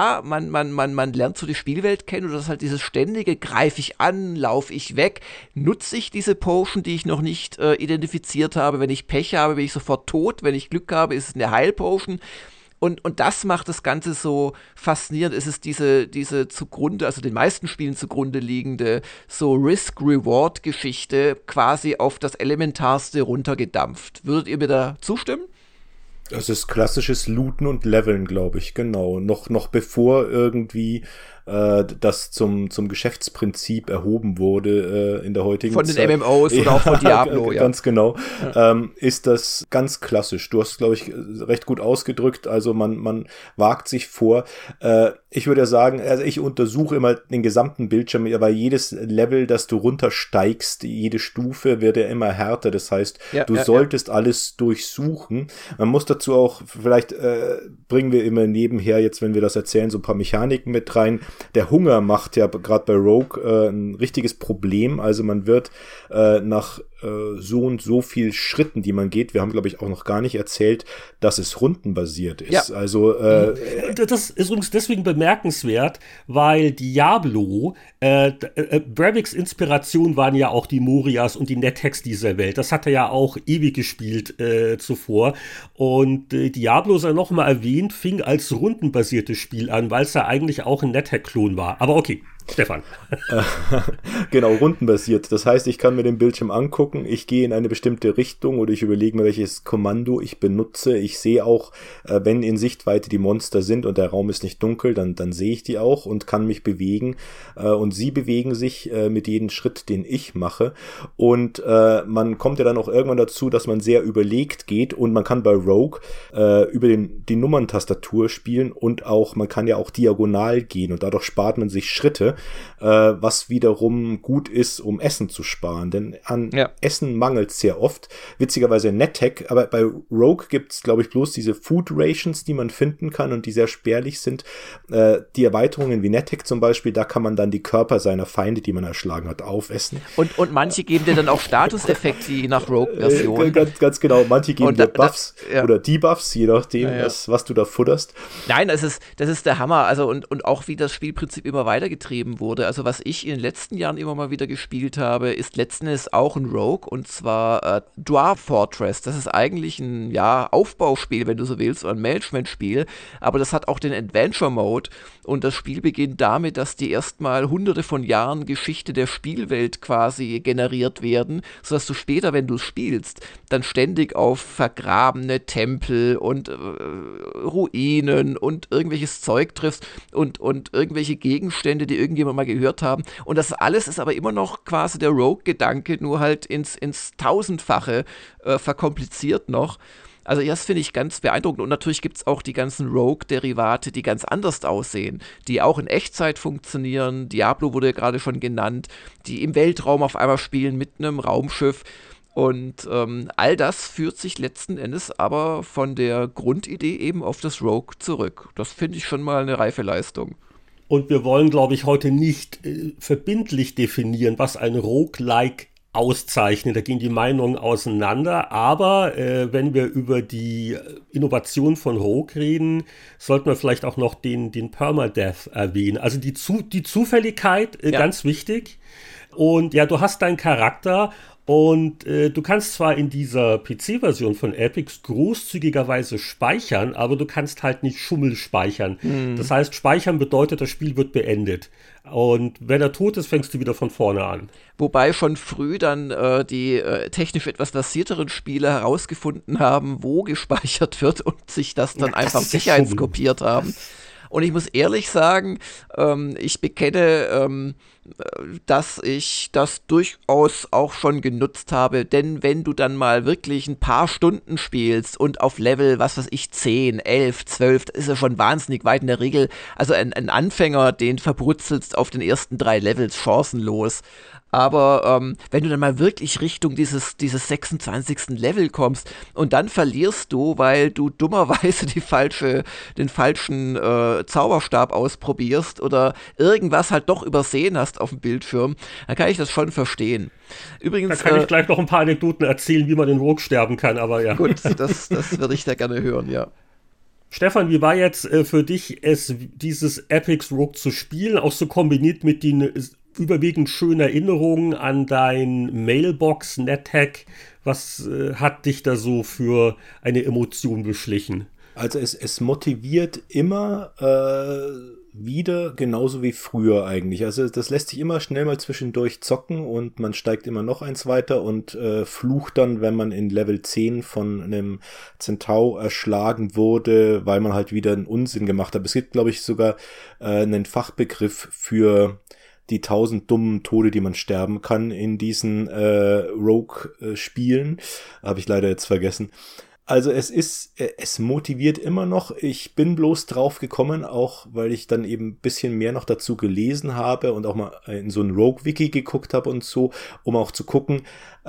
man lernt so die Spielwelt kennen, und das ist halt dieses ständige, greife ich an, laufe ich weg, nutze ich diese Potion, die ich noch nicht identifiziert habe. Wenn ich Pech habe, bin ich sofort tot. Wenn ich Glück habe, ist es eine Heilpotion. Und das macht das Ganze so faszinierend. Es ist diese zugrunde, also den meisten Spielen zugrunde liegende so Risk-Reward-Geschichte quasi auf das Elementarste runtergedampft. Würdet ihr mir da zustimmen? Das ist klassisches Looten und Leveln, glaube ich, genau. Noch bevor irgendwie das zum Geschäftsprinzip erhoben wurde in der heutigen Zeit. Von den MMOs oder auch von Diablo, ja. Ganz genau. Ja. Ist das ganz klassisch. Du hast, glaube ich, recht gut ausgedrückt. Also man wagt sich vor. Ich würde ja sagen, also ich untersuche immer den gesamten Bildschirm, aber jedes Level, das du runtersteigst, jede Stufe wird ja immer härter. Das heißt, du solltest alles durchsuchen. Man muss dazu auch, vielleicht bringen wir immer nebenher jetzt, wenn wir das erzählen, so ein paar Mechaniken mit rein. Der Hunger macht ja gerade bei Rogue ein richtiges Problem. Also man wird nach so und so viel Schritten, die man geht, wir haben, glaube ich, auch noch gar nicht erzählt, dass es rundenbasiert ist. Ja. Also das ist übrigens deswegen bemerkenswert, weil Diablo, Breviks Inspiration waren ja auch die Morias und die NetHacks dieser Welt. Das hat er ja auch ewig gespielt zuvor. Und Diablo, sei noch mal erwähnt, fing als rundenbasiertes Spiel an, weil es ja eigentlich auch ein NetHack-Klon war. Aber okay. Stefan. Genau, rundenbasiert. Das heißt, ich kann mir den Bildschirm angucken, ich gehe in eine bestimmte Richtung oder ich überlege mir, welches Kommando ich benutze. Ich sehe auch, wenn in Sichtweite die Monster sind und der Raum ist nicht dunkel, dann sehe ich die auch und kann mich bewegen. Und sie bewegen sich mit jedem Schritt, den ich mache. Und man kommt ja dann auch irgendwann dazu, dass man sehr überlegt geht, und man kann bei Rogue über die Nummerntastatur spielen, und auch man kann ja auch diagonal gehen, und dadurch spart man sich Schritte, was wiederum gut ist, um Essen zu sparen, denn an Essen mangelt es sehr oft. Witzigerweise in NetHack, aber bei Rogue gibt es, glaube ich, bloß diese Food Rations, die man finden kann und die sehr spärlich sind. Die Erweiterungen wie NetHack zum Beispiel, da kann man dann die Körper seiner Feinde, die man erschlagen hat, aufessen. Und manche geben dir dann auch Statuseffekte, je nach Rogue-Version. Ganz genau, manche geben dir Buffs oder Debuffs, je nachdem, was du da futterst. Nein, das ist der Hammer. Also und auch wie das Spielprinzip immer weitergetrieben wurde. Also was ich in den letzten Jahren immer mal wieder gespielt habe, ist letzten Endes auch ein Rogue, und zwar Dwarf Fortress. Das ist eigentlich ein Aufbauspiel, wenn du so willst, oder ein Management-Spiel, aber das hat auch den Adventure-Mode, und das Spiel beginnt damit, dass die erstmal hunderte von Jahren Geschichte der Spielwelt quasi generiert werden, sodass du später, wenn du spielst, dann ständig auf vergrabene Tempel und Ruinen und irgendwelches Zeug triffst und irgendwelche Gegenstände, die irgendjemand mal gehört haben. Und das alles ist aber immer noch quasi der Rogue-Gedanke, nur halt ins Tausendfache verkompliziert noch. Also das finde ich ganz beeindruckend. Und natürlich gibt es auch die ganzen Rogue-Derivate, die ganz anders aussehen, die auch in Echtzeit funktionieren. Diablo wurde ja gerade schon genannt, die im Weltraum auf einmal spielen mit einem Raumschiff. Und all das führt sich letzten Endes aber von der Grundidee eben auf das Rogue zurück. Das finde ich schon mal eine reife Leistung. Und wir wollen, glaube ich, heute nicht verbindlich definieren, was ein Roguelike auszeichnen. Da gehen die Meinungen auseinander. Aber wenn wir über die Innovation von Rogue reden, sollten wir vielleicht auch noch den Permadeath erwähnen. Also die Zufälligkeit, ganz wichtig. Und ja, du hast deinen Charakter und du kannst zwar in dieser PC-Version von Epix großzügigerweise speichern, aber du kannst halt nicht Schummel speichern. Das heißt, speichern bedeutet, das Spiel wird beendet. Und wenn er tot ist, fängst du wieder von vorne an. Wobei schon früh dann die technisch etwas versierteren Spieler herausgefunden haben, wo gespeichert wird und sich das dann einfach sicherheitskopiert haben. Und ich muss ehrlich sagen, ich bekenne, dass ich das durchaus auch schon genutzt habe, denn wenn du dann mal wirklich ein paar Stunden spielst und auf Level, was weiß ich, 10, 11, 12, das ist ja schon wahnsinnig weit in der Regel, also ein Anfänger, den verbrutzelst auf den ersten 3 Levels chancenlos. Aber wenn du dann mal wirklich Richtung dieses 26. Level kommst und dann verlierst du, weil du dummerweise den falschen Zauberstab ausprobierst oder irgendwas halt doch übersehen hast auf dem Bildschirm, dann kann ich das schon verstehen. Übrigens, da kann ich gleich noch ein paar Anekdoten erzählen, wie man in Rogue sterben kann, aber ja. Gut, das würde ich da gerne hören, ja. Stefan, wie war jetzt für dich dieses Epix Rogue zu spielen, auch so kombiniert mit den überwiegend schönen Erinnerungen an dein Mailbox-NetHack? Was hat dich da so für eine Emotion beschlichen? Also es motiviert immer wieder, genauso wie früher eigentlich. Also das lässt sich immer schnell mal zwischendurch zocken und man steigt immer noch eins weiter und flucht dann, wenn man in Level 10 von einem Centaur erschlagen wurde, weil man halt wieder einen Unsinn gemacht hat. Es gibt, glaube ich, sogar einen Fachbegriff für die 1000 dummen Tode, die man sterben kann in diesen Rogue-Spielen. Habe ich leider jetzt vergessen. Also es motiviert immer noch. Ich bin bloß drauf gekommen, auch weil ich dann eben ein bisschen mehr noch dazu gelesen habe und auch mal in so ein Rogue-Wiki geguckt habe und so, um auch zu gucken,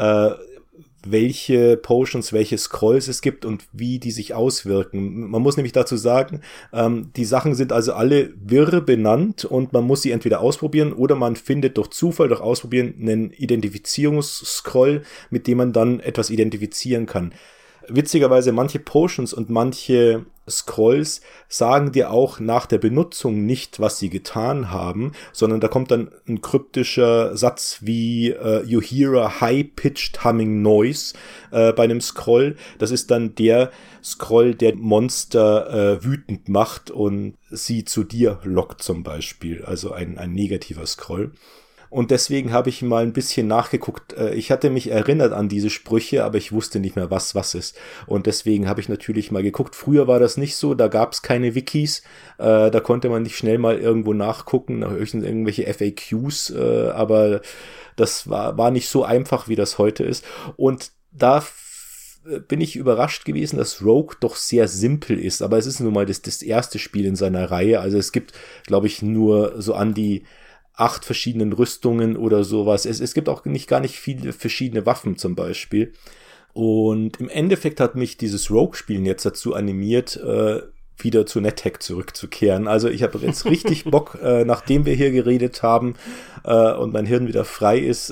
welche Potions, welche Scrolls es gibt und wie die sich auswirken. Man muss nämlich dazu sagen, die Sachen sind also alle wirr benannt und man muss sie entweder ausprobieren oder man findet durch Zufall, durch Ausprobieren, einen Identifizierungsscroll, mit dem man dann etwas identifizieren kann. Witzigerweise, manche Potions und manche Scrolls sagen dir auch nach der Benutzung nicht, was sie getan haben, sondern da kommt dann ein kryptischer Satz wie you hear a high-pitched humming noise bei einem Scroll. Das ist dann der Scroll, der Monster wütend macht und sie zu dir lockt zum Beispiel. Also ein negativer Scroll. Und deswegen habe ich mal ein bisschen nachgeguckt. Ich hatte mich erinnert an diese Sprüche, aber ich wusste nicht mehr, was ist. Und deswegen habe ich natürlich mal geguckt. Früher war das nicht so, da gab es keine Wikis. Da konnte man nicht schnell mal irgendwo nachgucken, nach irgendwelche FAQs. Aber das war nicht so einfach, wie das heute ist. Und da bin ich überrascht gewesen, dass Rogue doch sehr simpel ist. Aber es ist nun mal das erste Spiel in seiner Reihe. Also es gibt, glaube ich, nur so an die 8 verschiedenen Rüstungen oder sowas. Es gibt auch gar nicht viele verschiedene Waffen zum Beispiel. Und im Endeffekt hat mich dieses Rogue-Spielen jetzt dazu animiert, wieder zu NetHack zurückzukehren. Also ich habe jetzt richtig Bock, nachdem wir hier geredet haben und mein Hirn wieder frei ist,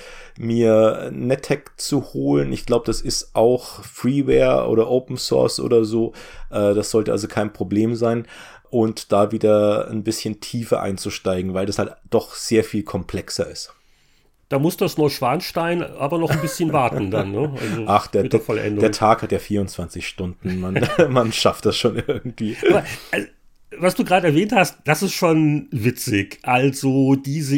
mir NetHack zu holen. Ich glaube, das ist auch Freeware oder Open Source oder so. Das sollte also kein Problem sein. Und da wieder ein bisschen tiefer einzusteigen, weil das halt doch sehr viel komplexer ist. Da muss das Neuschwanstein aber noch ein bisschen warten dann, ne? Also ach, der Tag hat ja 24 Stunden, man schafft das schon irgendwie. Aber, was du gerade erwähnt hast, das ist schon witzig. Also diese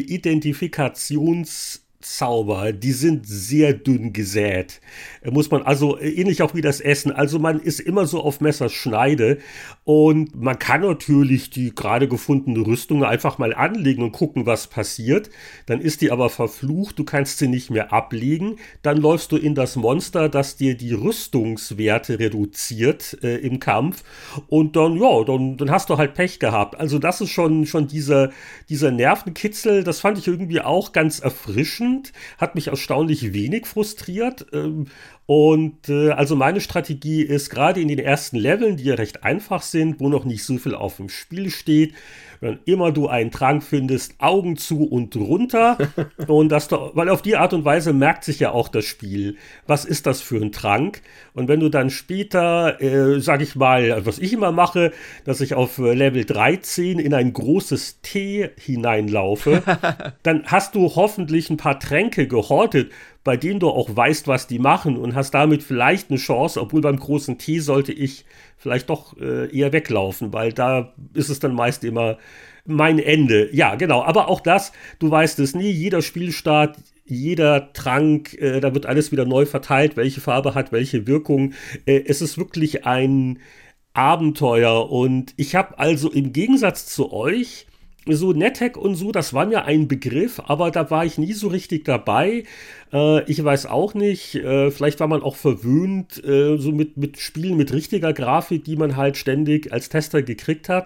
Identifikationszauber, die sind sehr dünn gesät. Muss man also ähnlich auch wie das Essen. Also man ist immer so auf Messerschneide und man kann natürlich die gerade gefundene Rüstung einfach mal anlegen und gucken, was passiert. Dann ist die aber verflucht, du kannst sie nicht mehr ablegen. Dann läufst du in das Monster, das dir die Rüstungswerte reduziert im Kampf und dann hast du halt Pech gehabt. Also das ist schon dieser Nervenkitzel, das fand ich irgendwie auch ganz erfrischend. überraschend, hat mich erstaunlich wenig frustriert. Also meine Strategie ist, gerade in den ersten Leveln, die ja recht einfach sind, wo noch nicht so viel auf dem Spiel steht, wenn immer du einen Trank findest, Augen zu und runter. Und weil auf die Art und Weise merkt sich ja auch das Spiel, was ist das für ein Trank? Und wenn du dann später, sag ich mal, was ich immer mache, dass ich auf Level 13 in ein großes T hineinlaufe, dann hast du hoffentlich ein paar Tränke gehortet, bei denen du auch weißt, was die machen und hast damit vielleicht eine Chance, obwohl beim großen T sollte ich vielleicht doch eher weglaufen, weil da ist es dann meist immer mein Ende. Ja, genau, aber auch das, du weißt es nie, jeder Spielstart, jeder Trank, da wird alles wieder neu verteilt, welche Farbe hat, welche Wirkung. Es ist wirklich ein Abenteuer und ich habe also im Gegensatz zu euch so NetHack und so, das war mir ein Begriff, aber da war ich nie so richtig dabei. Ich weiß auch nicht, vielleicht war man auch verwöhnt, so mit Spielen mit richtiger Grafik, die man halt ständig als Tester gekriegt hat.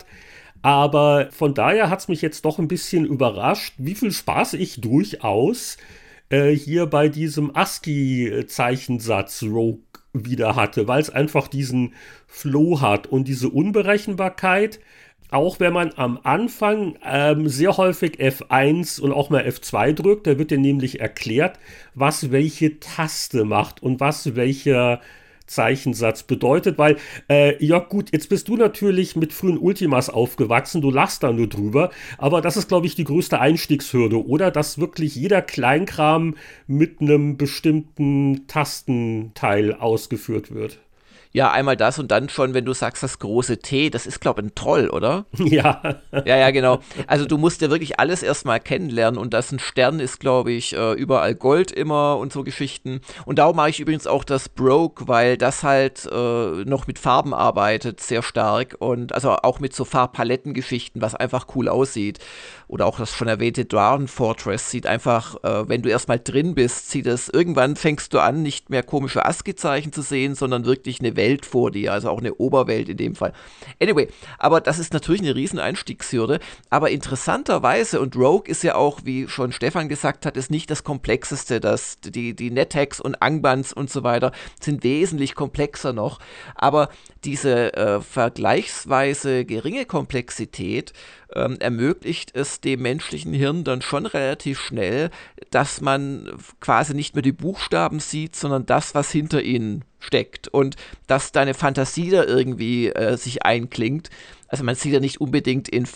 Aber von daher hat es mich jetzt doch ein bisschen überrascht, wie viel Spaß ich durchaus hier bei diesem ASCII-Zeichensatz Rogue wieder hatte, weil es einfach diesen Flow hat und diese Unberechenbarkeit. Auch wenn man am Anfang sehr häufig F1 und auch mal F2 drückt, da wird dir nämlich erklärt, was welche Taste macht und was welcher Zeichensatz bedeutet, weil, ja gut, jetzt bist du natürlich mit frühen Ultimas aufgewachsen, du lachst da nur drüber, aber das ist, glaube ich, die größte Einstiegshürde, oder? Dass wirklich jeder Kleinkram mit einem bestimmten Tastenteil ausgeführt wird. Ja, einmal das und dann schon, wenn du sagst, das große T, das ist, glaube ich, ein Troll, oder? Ja. Ja, genau. Also du musst ja wirklich alles erstmal kennenlernen und das ein Stern ist, glaube ich, überall Gold immer und so Geschichten. Und darum mache ich übrigens auch das Broke, weil das halt noch mit Farben arbeitet, sehr stark und also auch mit so Farbpalettengeschichten, was einfach cool aussieht. Oder auch das schon erwähnte Dwarven Fortress sieht einfach, wenn du erstmal drin bist, irgendwann fängst du an, nicht mehr komische ASCII-Zeichen zu sehen, sondern wirklich eine Welt vor dir, also auch eine Oberwelt in dem Fall. Anyway, aber das ist natürlich eine riesen Einstiegshürde, aber interessanterweise, und Rogue ist ja auch, wie schon Stefan gesagt hat, ist nicht das Komplexeste, die NetHacks und Angbans und so weiter sind wesentlich komplexer noch, aber diese vergleichsweise geringe Komplexität ermöglicht es dem menschlichen Hirn dann schon relativ schnell, dass man quasi nicht mehr die Buchstaben sieht, sondern das, was hinter ihnen steckt und dass deine Fantasie da irgendwie sich einklingt. Also man sieht ja nicht unbedingt in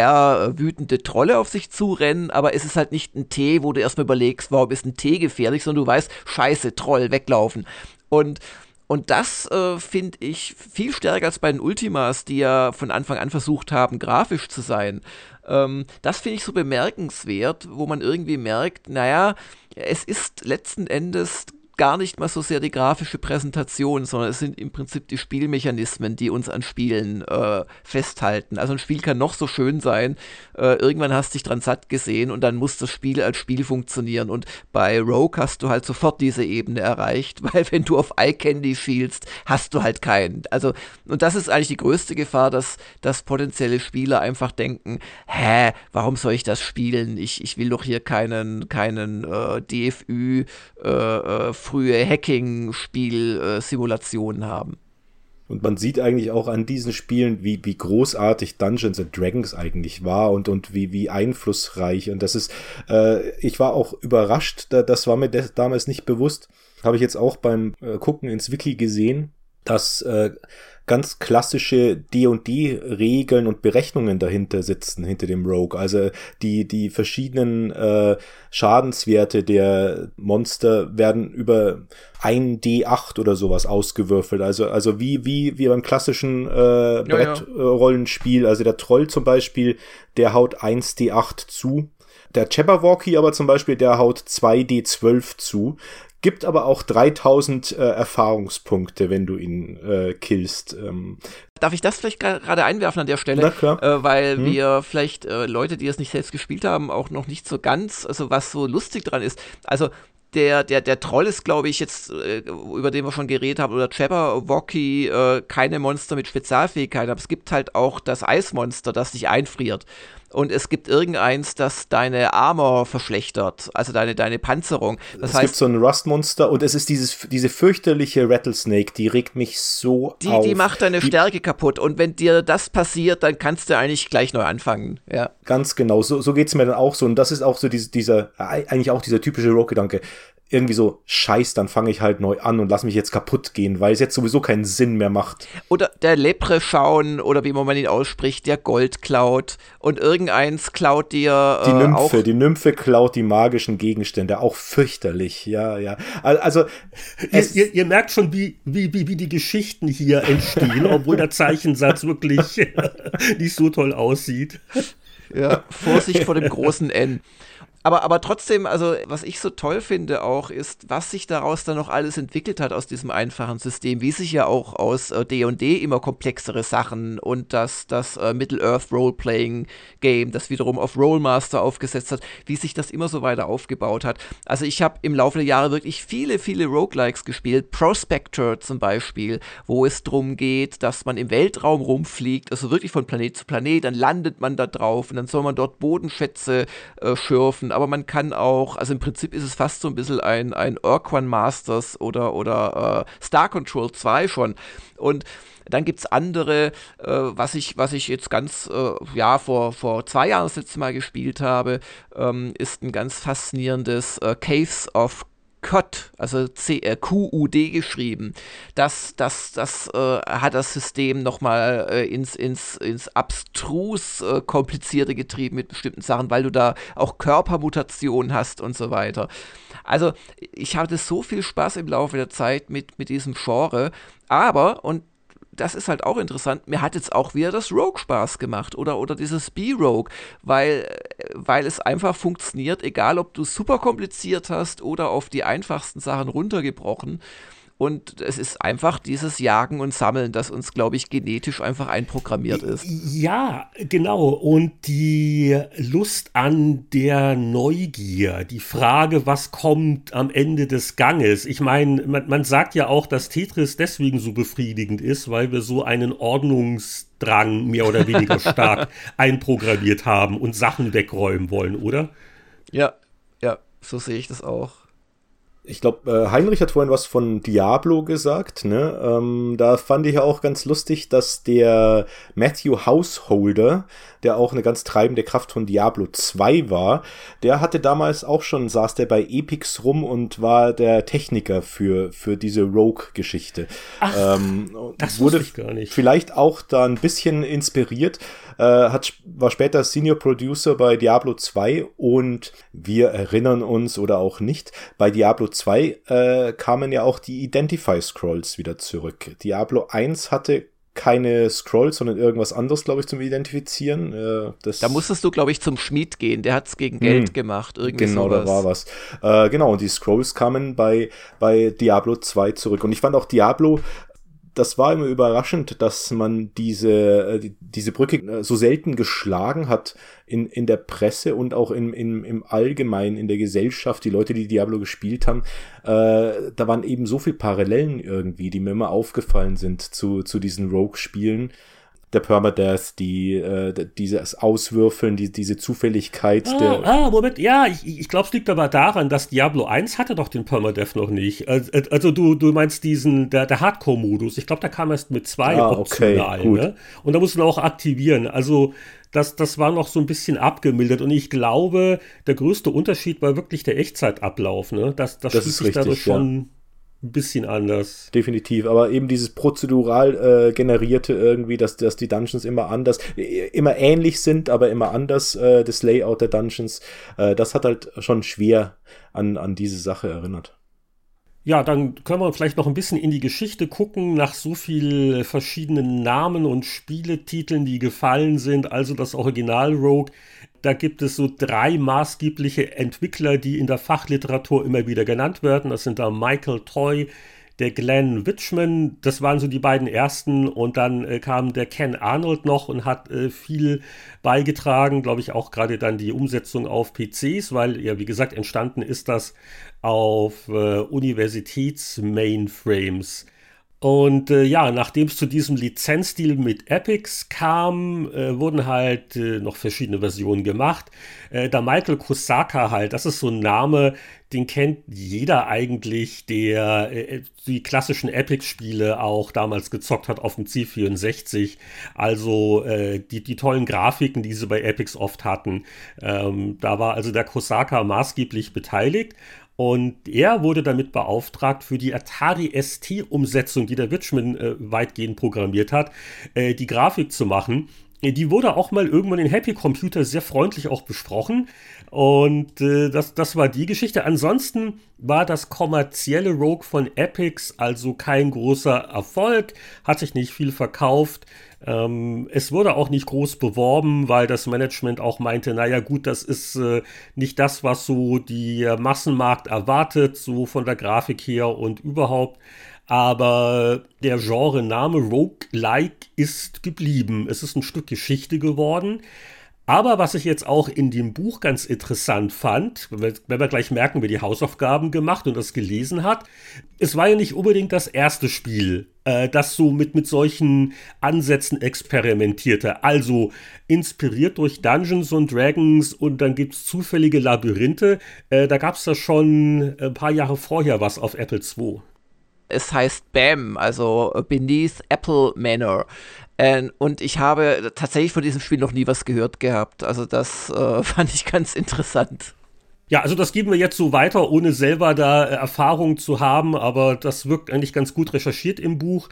VR wütende Trolle auf sich zurennen, aber es ist halt nicht ein T, wo du erstmal überlegst, warum ist ein T gefährlich, sondern du weißt, scheiße, Troll, weglaufen. Und das finde ich viel stärker als bei den Ultimas, die ja von Anfang an versucht haben, grafisch zu sein. Das finde ich so bemerkenswert, wo man irgendwie merkt, naja, es ist letzten Endes gar nicht mal so sehr die grafische Präsentation, sondern es sind im Prinzip die Spielmechanismen, die uns an Spielen festhalten. Also ein Spiel kann noch so schön sein, irgendwann hast du dich dran satt gesehen und dann muss das Spiel als Spiel funktionieren. Und bei Rogue hast du halt sofort diese Ebene erreicht, weil wenn du auf Eye Candy schielst, hast du halt keinen. Also, und das ist eigentlich die größte Gefahr, dass potenzielle Spieler einfach denken, warum soll ich das spielen? Ich will doch hier keinen DFÜ frühe Hacking-Spiel-Simulationen haben. Und man sieht eigentlich auch an diesen Spielen, wie großartig Dungeons & Dragons eigentlich war und wie einflussreich. Und das ist, ich war auch überrascht, das war mir damals nicht bewusst. Habe ich jetzt auch beim Gucken ins Wiki gesehen, dass ganz klassische D&D-Regeln und Berechnungen dahinter sitzen, hinter dem Rogue. Also die verschiedenen Schadenswerte der Monster werden über 1D8 oder sowas ausgewürfelt. Also wie beim klassischen Brettrollenspiel. Also der Troll zum Beispiel, der haut 1D8 zu. Der Jabberwocky aber zum Beispiel, der haut 2D12 zu. Gibt aber auch 3000 Erfahrungspunkte, wenn du ihn killst. Darf ich das vielleicht gerade einwerfen an der Stelle? Na klar. Weil wir vielleicht Leute, die es nicht selbst gespielt haben, auch noch nicht so ganz, also was so lustig dran ist. Also der Troll ist, glaube ich, jetzt, über den wir schon geredet haben, oder Jabberwocky, keine Monster mit Spezialfähigkeiten, aber es gibt halt auch das Eismonster, das dich einfriert. und es gibt irgendeins, das deine Armor verschlechtert, also deine Panzerung. Das heißt, gibt so ein Rust-Monster und es ist diese fürchterliche Rattlesnake, die regt mich so auf. Die macht deine Stärke kaputt und wenn dir das passiert, dann kannst du eigentlich gleich neu anfangen. Ja. Ganz genau, so geht es mir dann auch so und das ist auch so dieser typische Rogue-Gedanke. Irgendwie so, scheiß, dann fange ich halt neu an und lass mich jetzt kaputt gehen, weil es jetzt sowieso keinen Sinn mehr macht. Oder der Leprechaun oder wie man ihn ausspricht, der Gold klaut und irgendeins klaut dir die Nymphe klaut die magischen Gegenstände, auch fürchterlich, ja. Also ihr merkt schon, wie die Geschichten hier entstehen, obwohl der Zeichensatz wirklich nicht so toll aussieht. Ja, Vorsicht vor dem großen N. Aber trotzdem, also was ich so toll finde auch, ist, was sich daraus dann noch alles entwickelt hat aus diesem einfachen System, wie sich ja auch aus D&D immer komplexere Sachen und das Middle-earth Role-Playing Game, das wiederum auf Rolemaster aufgesetzt hat, wie sich das immer so weiter aufgebaut hat. Also ich habe im Laufe der Jahre wirklich viele, viele Roguelikes gespielt, Prospector zum Beispiel, wo es darum geht, dass man im Weltraum rumfliegt, also wirklich von Planet zu Planet, dann landet man da drauf und dann soll man dort Bodenschätze schürfen. Aber man kann auch, also im Prinzip ist es fast so ein bisschen ein Urquan Masters oder Star Control 2 schon. Und dann gibt es andere, was ich jetzt ganz, vor 2 Jahren das letzte Mal gespielt habe, ist ein ganz faszinierendes Caves of Qud, also QUD geschrieben. Das hat das System nochmal ins abstrus Komplizierte getrieben mit bestimmten Sachen, weil du da auch Körpermutationen hast und so weiter. Also ich hatte so viel Spaß im Laufe der Zeit mit diesem Genre, aber, und das ist halt auch interessant, mir hat jetzt auch wieder das Rogue Spaß gemacht oder dieses B-Rogue, weil es einfach funktioniert, egal ob du super kompliziert hast oder auf die einfachsten Sachen runtergebrochen. Und es ist einfach dieses Jagen und Sammeln, das uns, glaube ich, genetisch einfach einprogrammiert ist. Ja, genau. Und die Lust an der Neugier, die Frage, was kommt am Ende des Ganges. Ich meine, man sagt ja auch, dass Tetris deswegen so befriedigend ist, weil wir so einen Ordnungsdrang mehr oder weniger stark einprogrammiert haben und Sachen wegräumen wollen, oder? Ja, so sehe ich das auch. Ich glaube, Heinrich hat vorhin was von Diablo gesagt, ne? Da fand ich auch ganz lustig, dass der Matthew Householder, der auch eine ganz treibende Kraft von Diablo 2 war, der hatte damals auch schon, saß der bei Epix rum und war der Techniker für diese Rogue-Geschichte. Ach, das wusste ich gar nicht. Vielleicht auch da ein bisschen inspiriert, war später Senior Producer bei Diablo 2 und wir erinnern uns oder auch nicht, bei Diablo 2 kamen ja auch die Identify-Scrolls wieder zurück. Diablo 1 hatte keine Scrolls, sondern irgendwas anderes, glaube ich, zum Identifizieren. Da musstest du, glaube ich, zum Schmied gehen. Der hat es gegen Geld gemacht. Irgendwie genau, sowas. Da war was. Genau, und die Scrolls kamen bei Diablo 2 zurück. Und ich fand auch Diablo, das war immer überraschend, dass man diese Brücke so selten geschlagen hat in der Presse und auch im Allgemeinen in der Gesellschaft. Die Leute, die Diablo gespielt haben, da waren eben so viele Parallelen irgendwie, die mir immer aufgefallen sind zu diesen Rogue-Spielen. Der Permadeath, dieses Auswürfeln, diese Zufälligkeit. Moment, ja, ich glaube, es liegt aber daran, dass Diablo 1 hatte doch den Permadeath noch nicht. Also du meinst der Hardcore-Modus. Ich glaube, der kam erst mit 2 optional. Okay, gut. Ne? Und da musst du auch aktivieren. Also das war noch so ein bisschen abgemildert. Und ich glaube, der größte Unterschied war wirklich der Echtzeitablauf. Ne? Das ist sich dadurch schon ein bisschen anders. Definitiv, aber eben dieses prozedural generierte irgendwie, dass die Dungeons immer ähnlich sind, aber immer anders, das Layout der Dungeons, das hat halt schon schwer an diese Sache erinnert. Ja, dann können wir vielleicht noch ein bisschen in die Geschichte gucken, nach so viel verschiedenen Namen und Spieletiteln, die gefallen sind. Also das Original Rogue, da gibt es so 3 maßgebliche Entwickler, die in der Fachliteratur immer wieder genannt werden. Das sind da Michael Toy, der Glenn Witchman, das waren so die beiden ersten. Und dann kam der Ken Arnold noch und hat viel beigetragen, glaube ich auch gerade dann die Umsetzung auf PCs, weil ja, wie gesagt, entstanden ist das auf Universitäts-Mainframes. Und nachdem es zu diesem Lizenzdeal mit Epix kam, wurden halt noch verschiedene Versionen gemacht. Da Michael Kusaka halt, das ist so ein Name, den kennt jeder eigentlich, der die klassischen Epix-Spiele auch damals gezockt hat auf dem C64. Also die tollen Grafiken, die sie bei Epix oft hatten. Da war also der Kusaka maßgeblich beteiligt. Und er wurde damit beauftragt, für die Atari ST-Umsetzung, die der Witchman weitgehend programmiert hat, die Grafik zu machen. Die wurde auch mal irgendwann in Happy Computer sehr freundlich auch besprochen. Und das war die Geschichte. Ansonsten war das kommerzielle Rogue von Epix also kein großer Erfolg, hat sich nicht viel verkauft. Es wurde auch nicht groß beworben, weil das Management auch meinte, naja gut, das ist nicht das, was so der Massenmarkt erwartet, so von der Grafik her und überhaupt. Aber der Genre-Name Roguelike ist geblieben. Es ist ein Stück Geschichte geworden. Aber was ich jetzt auch in dem Buch ganz interessant fand, wenn wir gleich merken, wer die Hausaufgaben gemacht und das gelesen hat, es war ja nicht unbedingt das erste Spiel, das so mit solchen Ansätzen experimentierte. Also inspiriert durch Dungeons & Dragons und dann gibt es zufällige Labyrinthe. Da gab es da schon ein paar Jahre vorher was auf Apple II. Es heißt BAM, also Beneath Apple Manor. Und ich habe tatsächlich von diesem Spiel noch nie was gehört gehabt. Also das fand ich ganz interessant. Ja, also das geben wir jetzt so weiter, ohne selber da Erfahrung zu haben, aber das wirkt eigentlich ganz gut recherchiert im Buch.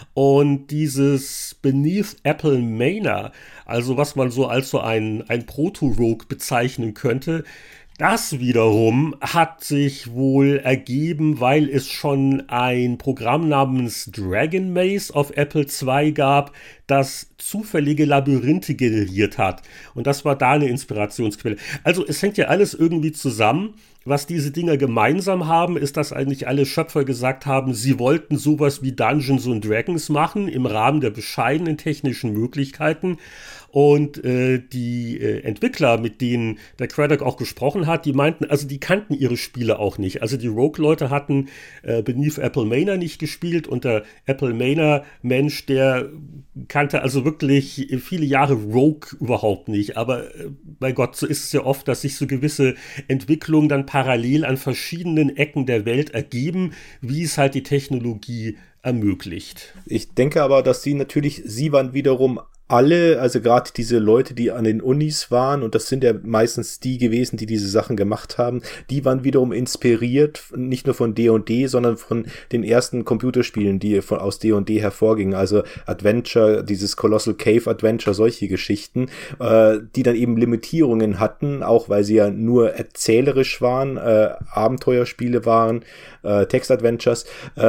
Und dieses Beneath Apple Manor, also was man so als so ein Proto-Rogue bezeichnen könnte, das wiederum hat sich wohl ergeben, weil es schon ein Programm namens Dragon Maze auf Apple II gab, das zufällige Labyrinthe generiert hat. Und das war da eine Inspirationsquelle. Also es hängt ja alles irgendwie zusammen. Was diese Dinger gemeinsam haben, ist, dass eigentlich alle Schöpfer gesagt haben, sie wollten sowas wie Dungeons & Dragons machen im Rahmen der bescheidenen technischen Möglichkeiten. Und die Entwickler, mit denen der Craddock auch gesprochen hat, die meinten, also die kannten ihre Spiele auch nicht. Also die Rogue-Leute hatten Beneath Apple Manor nicht gespielt und der Apple Manor-Mensch, der kannte also wirklich viele Jahre Rogue überhaupt nicht. Aber bei Gott, so ist es ja oft, dass sich so gewisse Entwicklungen dann parallel an verschiedenen Ecken der Welt ergeben, wie es halt die Technologie ermöglicht. Ich denke aber, dass sie waren wiederum alle, also gerade diese Leute, die an den Unis waren, und das sind ja meistens die gewesen, die diese Sachen gemacht haben, die waren wiederum inspiriert, nicht nur von D&D, sondern von den ersten Computerspielen, die aus D&D hervorgingen, also Adventure, dieses Colossal Cave Adventure, solche Geschichten, die dann eben Limitierungen hatten, auch weil sie ja nur erzählerisch waren, Abenteuerspiele waren, Text-Adventures,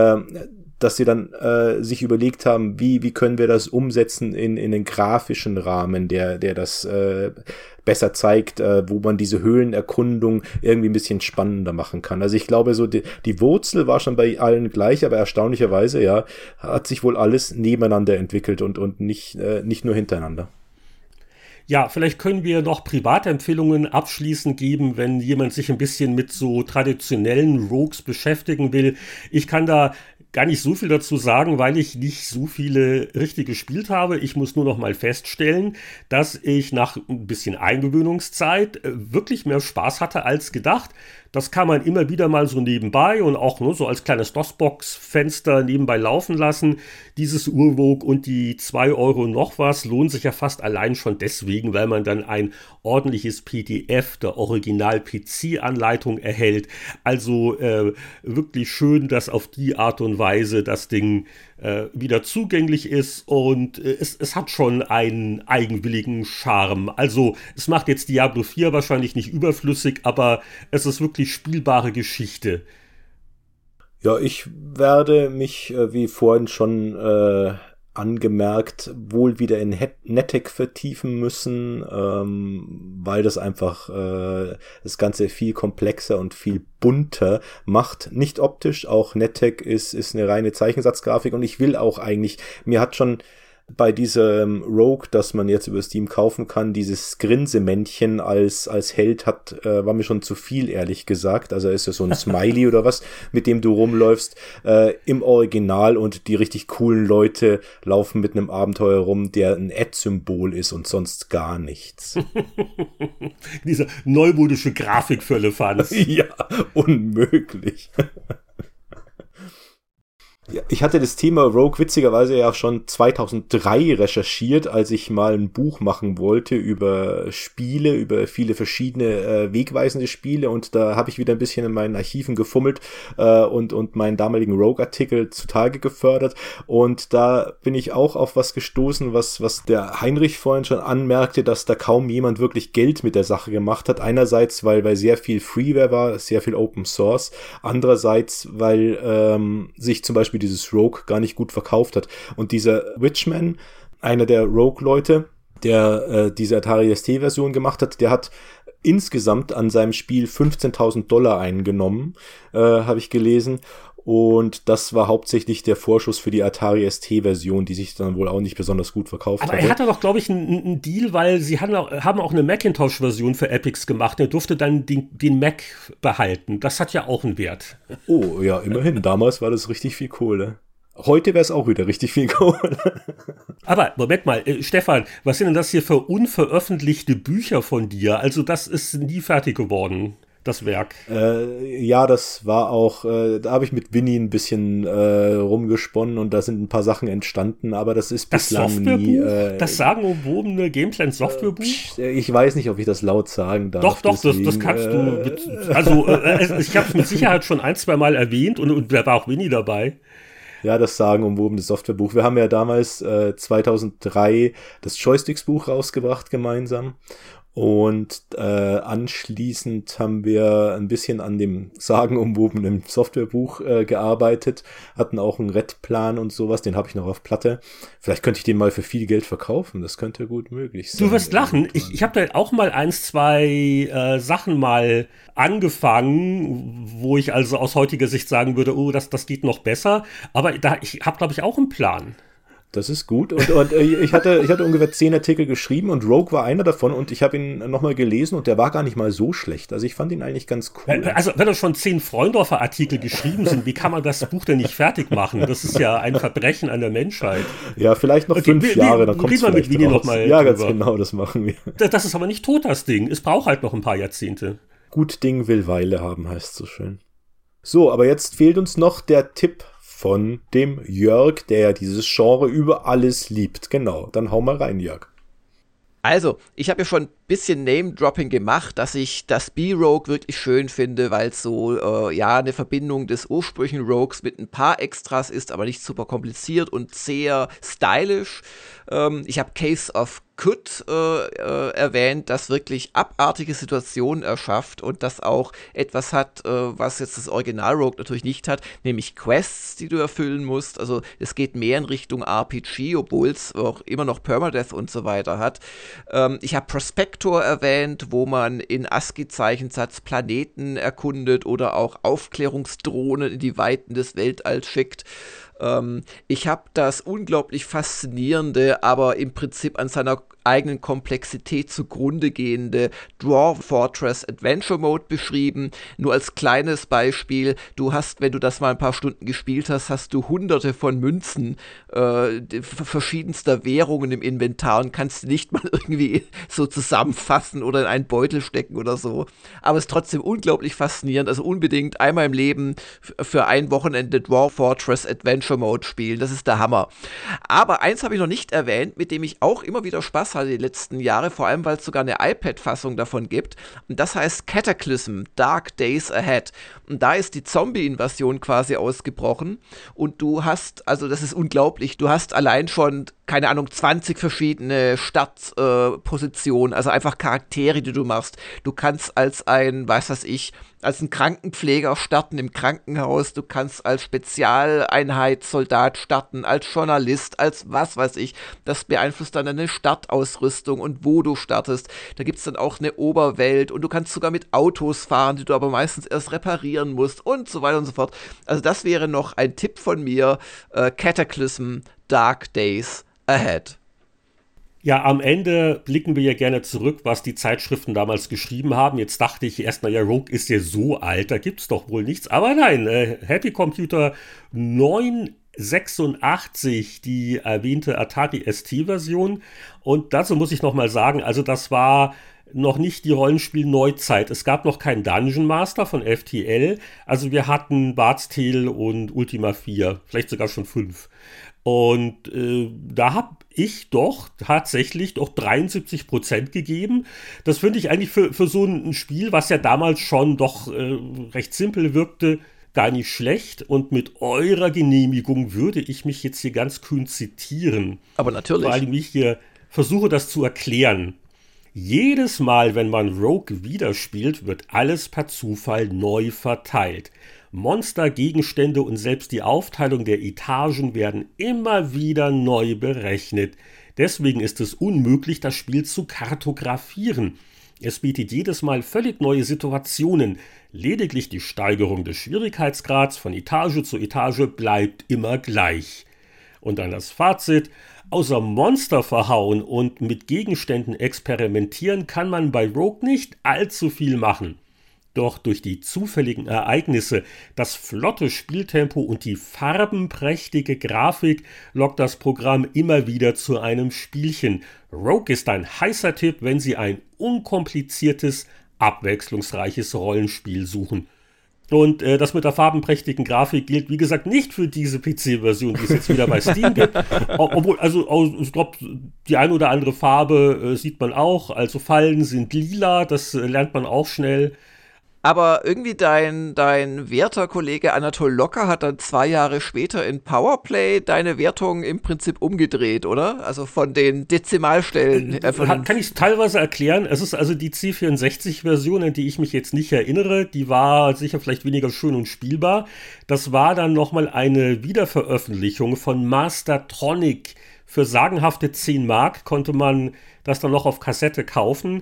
dass sie dann sich überlegt haben, wie können wir das umsetzen in den grafischen Rahmen, der das besser zeigt, wo man diese Höhlenerkundung irgendwie ein bisschen spannender machen kann. Also ich glaube, so die Wurzel war schon bei allen gleich, aber erstaunlicherweise, ja, hat sich wohl alles nebeneinander entwickelt und nicht nur hintereinander. Ja, vielleicht können wir noch Privatempfehlungen abschließend geben, wenn jemand sich ein bisschen mit so traditionellen Rogues beschäftigen will. Ich kann da gar nicht so viel dazu sagen, weil ich nicht so viele richtig gespielt habe. Ich muss nur noch mal feststellen, dass ich nach ein bisschen Eingewöhnungszeit wirklich mehr Spaß hatte als gedacht. Das kann man immer wieder mal so nebenbei und auch nur so als kleines DOS-Box-Fenster nebenbei laufen lassen. Dieses Urvogue und die 2 € noch was lohnt sich ja fast allein schon deswegen, weil man dann ein ordentliches PDF der Original-PC-Anleitung erhält. Also wirklich schön, dass auf die Art und Weise das Ding wieder zugänglich ist und es hat schon einen eigenwilligen Charme. Also es macht jetzt Diablo 4 wahrscheinlich nicht überflüssig, aber es ist wirklich spielbare Geschichte. Ja, ich werde mich, wie vorhin schon angemerkt, wohl wieder in NetHack vertiefen müssen, weil das einfach das Ganze viel komplexer und viel bunter macht. Nicht optisch, auch NetHack ist eine reine Zeichensatzgrafik und ich will auch eigentlich, mir hat schon bei diesem Rogue, das man jetzt über Steam kaufen kann, dieses Grinsemännchen als Held war mir schon zu viel, ehrlich gesagt. Also ist ja so ein Smiley oder was, mit dem du rumläufst, im Original, und die richtig coolen Leute laufen mit einem Abenteuer rum, der ein Ad-Symbol ist und sonst gar nichts. Diese neumodische Grafik für Elefants. Ja, unmöglich. Ja, ich hatte das Thema Rogue witzigerweise ja schon 2003 recherchiert, als ich mal ein Buch machen wollte über Spiele, über viele verschiedene wegweisende Spiele, und da habe ich wieder ein bisschen in meinen Archiven gefummelt und meinen damaligen Rogue-Artikel zutage gefördert, und da bin ich auch auf was gestoßen, was der Heinrich vorhin schon anmerkte, dass da kaum jemand wirklich Geld mit der Sache gemacht hat. Einerseits, weil sehr viel Freeware war, sehr viel Open Source, andererseits, weil sich zum Beispiel dieses Rogue gar nicht gut verkauft hat. Und dieser Witchman, einer der Rogue-Leute, der diese Atari ST-Version gemacht hat, der hat insgesamt an seinem Spiel $15.000 eingenommen, habe ich gelesen. Und das war hauptsächlich der Vorschuss für die Atari ST-Version, die sich dann wohl auch nicht besonders gut verkauft hat. Aber er hatte doch, glaube ich, einen Deal, weil sie haben auch eine Macintosh-Version für Epix gemacht. Er durfte dann den Mac behalten. Das hat ja auch einen Wert. Oh, ja, immerhin. Damals war das richtig viel Kohle. Heute wäre es auch wieder richtig viel Kohle. Aber, Moment mal, Stefan, was sind denn das hier für unveröffentlichte Bücher von dir? Also das ist nie fertig geworden, das Werk. Ja, das war auch, da habe ich mit Winnie ein bisschen rumgesponnen, und da sind ein paar Sachen entstanden, aber das ist bislang nie... Das sagenumwobene Gameplan-Softwarebuch? Ich weiß nicht, ob ich das laut sagen darf. Doch, das kannst du. Ich habe es mit Sicherheit schon 1-2 Mal erwähnt, und da war auch Winnie dabei. Ja, das sagenumwobene Softwarebuch. Wir haben ja damals 2003 das Joysticks-Buch rausgebracht gemeinsam. Und anschließend haben wir ein bisschen an dem sagenumwobenen Softwarebuch gearbeitet, hatten auch einen Red-Plan und sowas, den habe ich noch auf Platte. Vielleicht könnte ich den mal für viel Geld verkaufen, das könnte gut möglich sein. Du wirst lachen, ich habe da auch mal 1-2 Sachen mal angefangen, wo ich also aus heutiger Sicht sagen würde, oh, das geht noch besser, aber ich habe, glaube ich, auch einen Plan. Das ist gut. Und ich hatte ungefähr 10 Artikel geschrieben, und Rogue war einer davon, und ich habe ihn nochmal gelesen, und der war gar nicht mal so schlecht. Also ich fand ihn eigentlich ganz cool. Also wenn da schon 10 Freundorfer-Artikel geschrieben sind, wie kann man das Buch denn nicht fertig machen? Das ist ja ein Verbrechen an der Menschheit. Ja, vielleicht noch 5 Jahre, dann kommt es vielleicht mit noch mal Ja, ganz genau, das machen wir. Das ist aber nicht tot, das Ding. Es braucht halt noch ein paar Jahrzehnte. Gut Ding will Weile haben, heißt so schön. So, aber jetzt fehlt uns noch der Tipp von dem Jörg, der ja dieses Genre über alles liebt. Genau, dann hau mal rein, Jörg. Also, ich habe ja schon ein bisschen Name-Dropping gemacht, dass ich das B-Rogue wirklich schön finde, weil es so, eine Verbindung des ursprünglichen Rogues mit ein paar Extras ist, aber nicht super kompliziert und sehr stylisch. Ich habe Case of Kut erwähnt, das wirklich abartige Situationen erschafft und das auch etwas hat, was jetzt das Original Rogue natürlich nicht hat, nämlich Quests, die du erfüllen musst. Also es geht mehr in Richtung RPG, obwohl es auch immer noch Permadeath und so weiter hat. Ich habe Prospector erwähnt, wo man in ASCII-Zeichensatz Planeten erkundet oder auch Aufklärungsdrohnen in die Weiten des Weltalls schickt. Ich habe das unglaublich faszinierende, aber im Prinzip an seiner eigenen Komplexität zugrunde gehende Dwarf Fortress Adventure Mode beschrieben. Nur als kleines Beispiel, du hast, wenn du das mal ein paar Stunden gespielt hast, hast du hunderte von Münzen verschiedenster Währungen im Inventar und kannst nicht mal irgendwie so zusammenfassen oder in einen Beutel stecken oder so. Aber es ist trotzdem unglaublich faszinierend. Also unbedingt einmal im Leben für ein Wochenende Dwarf Fortress Adventure Mode spielen. Das ist der Hammer. Aber eins habe ich noch nicht erwähnt, mit dem ich auch immer wieder Spaß hatte die letzten Jahre, vor allem weil es sogar eine iPad-Fassung davon gibt. Und das heißt Cataclysm, Dark Days Ahead. Und da ist die Zombie-Invasion quasi ausgebrochen. Und du hast, also das ist unglaublich, du hast allein schon, keine Ahnung, 20 verschiedene Startpositionen, also einfach Charaktere, die du machst. Du kannst als ein, als ein Krankenpfleger starten im Krankenhaus, du kannst als Spezialeinheitssoldat starten, als Journalist, als was weiß ich. Das beeinflusst dann deine Startausrüstung und wo du startest. Da gibt's dann auch eine Oberwelt und du kannst sogar mit Autos fahren, die du aber meistens erst reparieren musst und so weiter und so fort. Also das wäre noch ein Tipp von mir, Cataclysm, dark days ahead. Ja, am Ende blicken wir ja gerne zurück, was die Zeitschriften damals geschrieben haben. Jetzt dachte ich erst, naja, Rogue ist ja so alt, da gibt's doch wohl nichts. Aber nein, Happy Computer 986, die erwähnte Atari ST-Version. Und dazu muss ich nochmal sagen, also das war noch nicht die Rollenspiel-Neuzeit. Es gab noch keinen Dungeon Master von FTL. Also wir hatten Bard's Tale und Ultima 4, vielleicht sogar schon 5. Und da habe ich doch tatsächlich 73% gegeben. Das finde ich eigentlich für so ein Spiel, was ja damals schon doch recht simpel wirkte, gar nicht schlecht. Und mit eurer Genehmigung würde ich mich jetzt hier ganz kühn zitieren. Aber natürlich. Weil ich hier versuche, das zu erklären. Jedes Mal, wenn man Rogue wieder spielt, wird alles per Zufall neu verteilt. Monster, Gegenstände und selbst die Aufteilung der Etagen werden immer wieder neu berechnet. Deswegen ist es unmöglich, das Spiel zu kartografieren. Es bietet jedes Mal völlig neue Situationen. Lediglich die Steigerung des Schwierigkeitsgrads von Etage zu Etage bleibt immer gleich. Und dann das Fazit: Außer Monster verhauen und mit Gegenständen experimentieren kann man bei Rogue nicht allzu viel machen. Doch durch die zufälligen Ereignisse, das flotte Spieltempo und die farbenprächtige Grafik lockt das Programm immer wieder zu einem Spielchen. Rogue ist ein heißer Tipp, wenn Sie ein unkompliziertes, abwechslungsreiches Rollenspiel suchen. Und das mit der farbenprächtigen Grafik gilt, wie gesagt, nicht für diese PC-Version, die es jetzt wieder bei Steam gibt. Obwohl, also ich glaube, die eine oder andere Farbe sieht man auch. Also Fallen sind lila, das lernt man auch schnell. Aber irgendwie dein werter Kollege Anatol Locker hat dann 2 Jahre später in Powerplay deine Wertung im Prinzip umgedreht, oder? Also von den Dezimalstellen. Kann ich es teilweise erklären? Es ist also die C64-Version, an die ich mich jetzt nicht erinnere. Die war sicher vielleicht weniger schön und spielbar. Das war dann nochmal eine Wiederveröffentlichung von Mastertronic. Für sagenhafte 10 Mark konnte man das dann noch auf Kassette kaufen.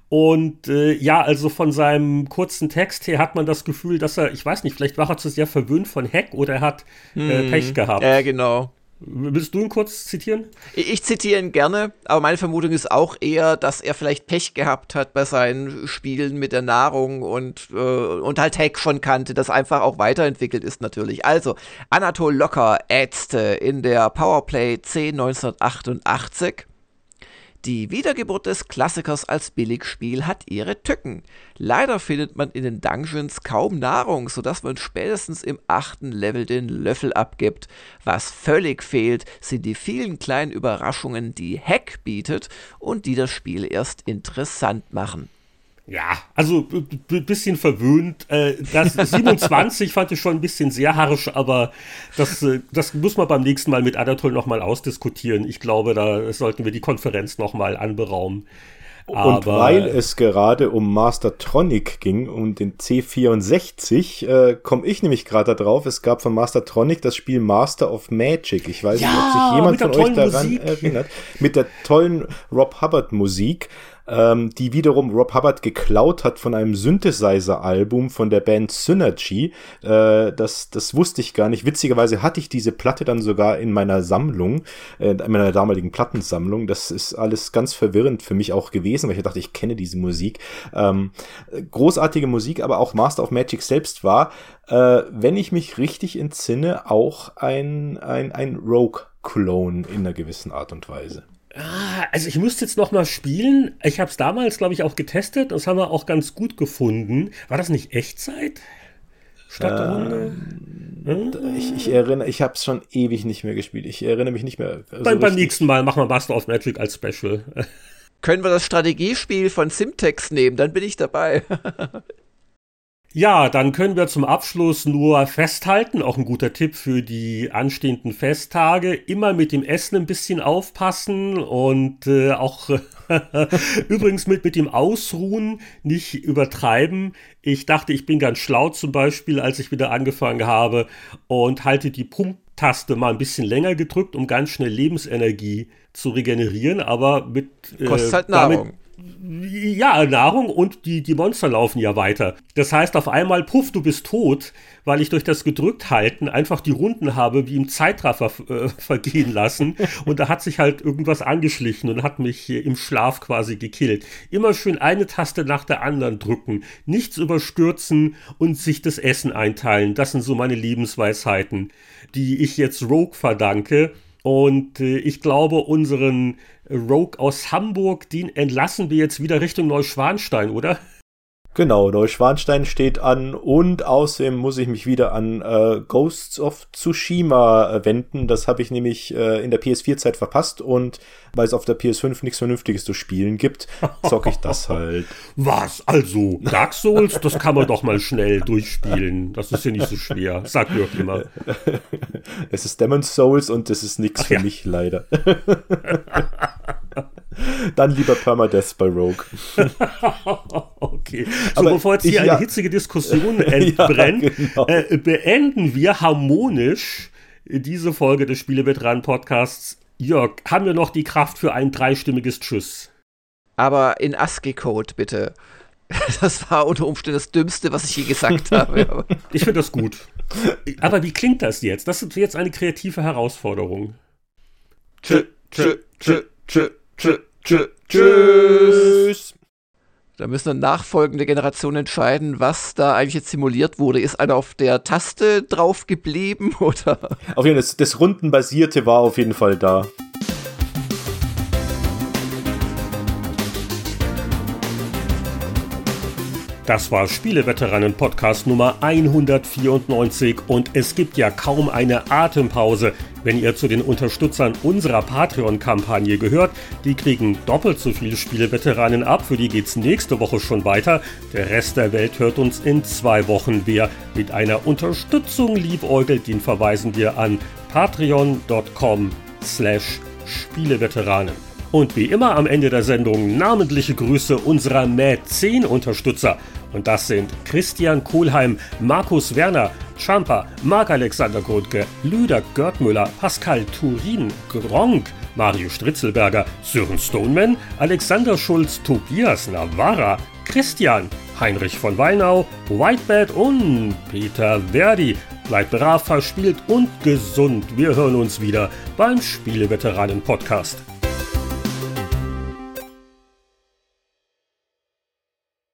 Und ja, also von seinem kurzen Text her hat man das Gefühl, dass er, ich weiß nicht, vielleicht war er zu sehr verwöhnt von Hack oder er hat Pech gehabt. Ja, genau. Willst du ihn kurz zitieren? Ich zitiere ihn gerne, aber meine Vermutung ist auch eher, dass er vielleicht Pech gehabt hat bei seinen Spielen mit der Nahrung und halt Hack schon kannte, das einfach auch weiterentwickelt ist natürlich. Also, Anatol Locker ätzte in der Powerplay C1988: Die Wiedergeburt des Klassikers als Billigspiel hat ihre Tücken. Leider findet man in den Dungeons kaum Nahrung, sodass man spätestens im 8. Level den Löffel abgibt. Was völlig fehlt, sind die vielen kleinen Überraschungen, die Hack bietet und die das Spiel erst interessant machen. Ja, also ein bisschen verwöhnt. Das 27 fand ich schon ein bisschen sehr harsch, aber das muss man beim nächsten Mal mit Anatol nochmal ausdiskutieren. Ich glaube, da sollten wir die Konferenz nochmal anberaumen. Und weil es gerade um Mastertronic ging, um den C64, komme ich nämlich gerade da drauf. Es gab von Mastertronic das Spiel Master of Magic. Ich weiß nicht, ob sich jemand von euch daran erinnert. Mit der tollen Rob Hubbard Musik, die wiederum Rob Hubbard geklaut hat von einem Synthesizer-Album von der Band Synergy. Das wusste ich gar nicht. Witzigerweise hatte ich diese Platte dann sogar in meiner Sammlung, in meiner damaligen Plattensammlung. Das ist alles ganz verwirrend für mich auch gewesen, weil ich dachte, ich kenne diese Musik. Großartige Musik, aber auch Master of Magic selbst war, wenn ich mich richtig entsinne, auch ein Rogue-Clone in einer gewissen Art und Weise. Also ich müsste jetzt noch mal spielen. Ich habe es damals, glaube ich, auch getestet. Das haben wir auch ganz gut gefunden. War das nicht Echtzeit? Statt der Runde? Ich erinnere, ich habe es schon ewig nicht mehr gespielt. Ich erinnere mich nicht mehr. Beim nächsten Mal machen wir Master of Magic als Special. Können wir das Strategiespiel von Simtex nehmen? Dann bin ich dabei. Ja, dann können wir zum Abschluss nur festhalten, auch ein guter Tipp für die anstehenden Festtage, immer mit dem Essen ein bisschen aufpassen und auch übrigens mit dem Ausruhen nicht übertreiben. Ich dachte, ich bin ganz schlau zum Beispiel, als ich wieder angefangen habe und halte die Punkt-Taste mal ein bisschen länger gedrückt, um ganz schnell Lebensenergie zu regenerieren, aber kostet halt Nahrung. Ja, Nahrung und die Monster laufen ja weiter. Das heißt auf einmal, puff, du bist tot, weil ich durch das Gedrückthalten einfach die Runden habe wie im Zeitraffer vergehen lassen. Und da hat sich halt irgendwas angeschlichen und hat mich im Schlaf quasi gekillt. Immer schön eine Taste nach der anderen drücken, nichts überstürzen und sich das Essen einteilen. Das sind so meine Lebensweisheiten, die ich jetzt Rogue verdanke. Und ich glaube, unseren Rogue aus Hamburg, den entlassen wir jetzt wieder Richtung Neuschwanstein, oder? Genau, Neuschwanstein steht an und außerdem muss ich mich wieder an Ghosts of Tsushima wenden. Das habe ich nämlich in der PS4-Zeit verpasst und weil es auf der PS5 nichts Vernünftiges zu spielen gibt, zocke ich das halt. Was? Also, Dark Souls, das kann man doch mal schnell durchspielen. Das ist ja nicht so schwer, sagt Jörg immer. Es ist Demon's Souls und das ist nichts für mich, leider. Dann lieber Permadeath bei Rogue. Okay, so aber bevor jetzt hier eine hitzige Diskussion entbrennt, ja, genau. Beenden wir harmonisch diese Folge des Spieleveteranen-Podcasts. Jörg, haben wir noch die Kraft für ein 3-stimmiges Tschüss? Aber in ASCII-Code, bitte. Das war unter Umständen das Dümmste, was ich je gesagt habe. Ich finde das gut. Aber wie klingt das jetzt? Das ist jetzt eine kreative Herausforderung. Tschüss. Da müssen dann nachfolgende Generationen entscheiden, was da eigentlich jetzt simuliert wurde. Ist einer auf der Taste drauf geblieben, oder? Auf jeden Fall, das Rundenbasierte war auf jeden Fall da. Das war Spieleveteranen-Podcast Nummer 194 und es gibt ja kaum eine Atempause, wenn ihr zu den Unterstützern unserer Patreon-Kampagne gehört. Die kriegen doppelt so viele Spieleveteranen ab, für die geht's nächste Woche schon weiter. Der Rest der Welt hört uns in 2 Wochen. Wer mit einer Unterstützung liebäugelt, den verweisen wir an patreon.com/Spieleveteranen. Und wie immer am Ende der Sendung namentliche Grüße unserer Mäzen-Unterstützer. Und das sind Christian Kohlheim, Markus Werner, Champa, Marc-Alexander Grundke, Lüder Görtmüller, Pascal Turin, Gronk, Mario Stritzelberger, Sören Stoneman, Alexander Schulz, Tobias Navarra, Christian, Heinrich von Weinau, Whitebad und Peter Verdi. Bleibt brav, verspielt und gesund. Wir hören uns wieder beim Spieleveteranen-Podcast.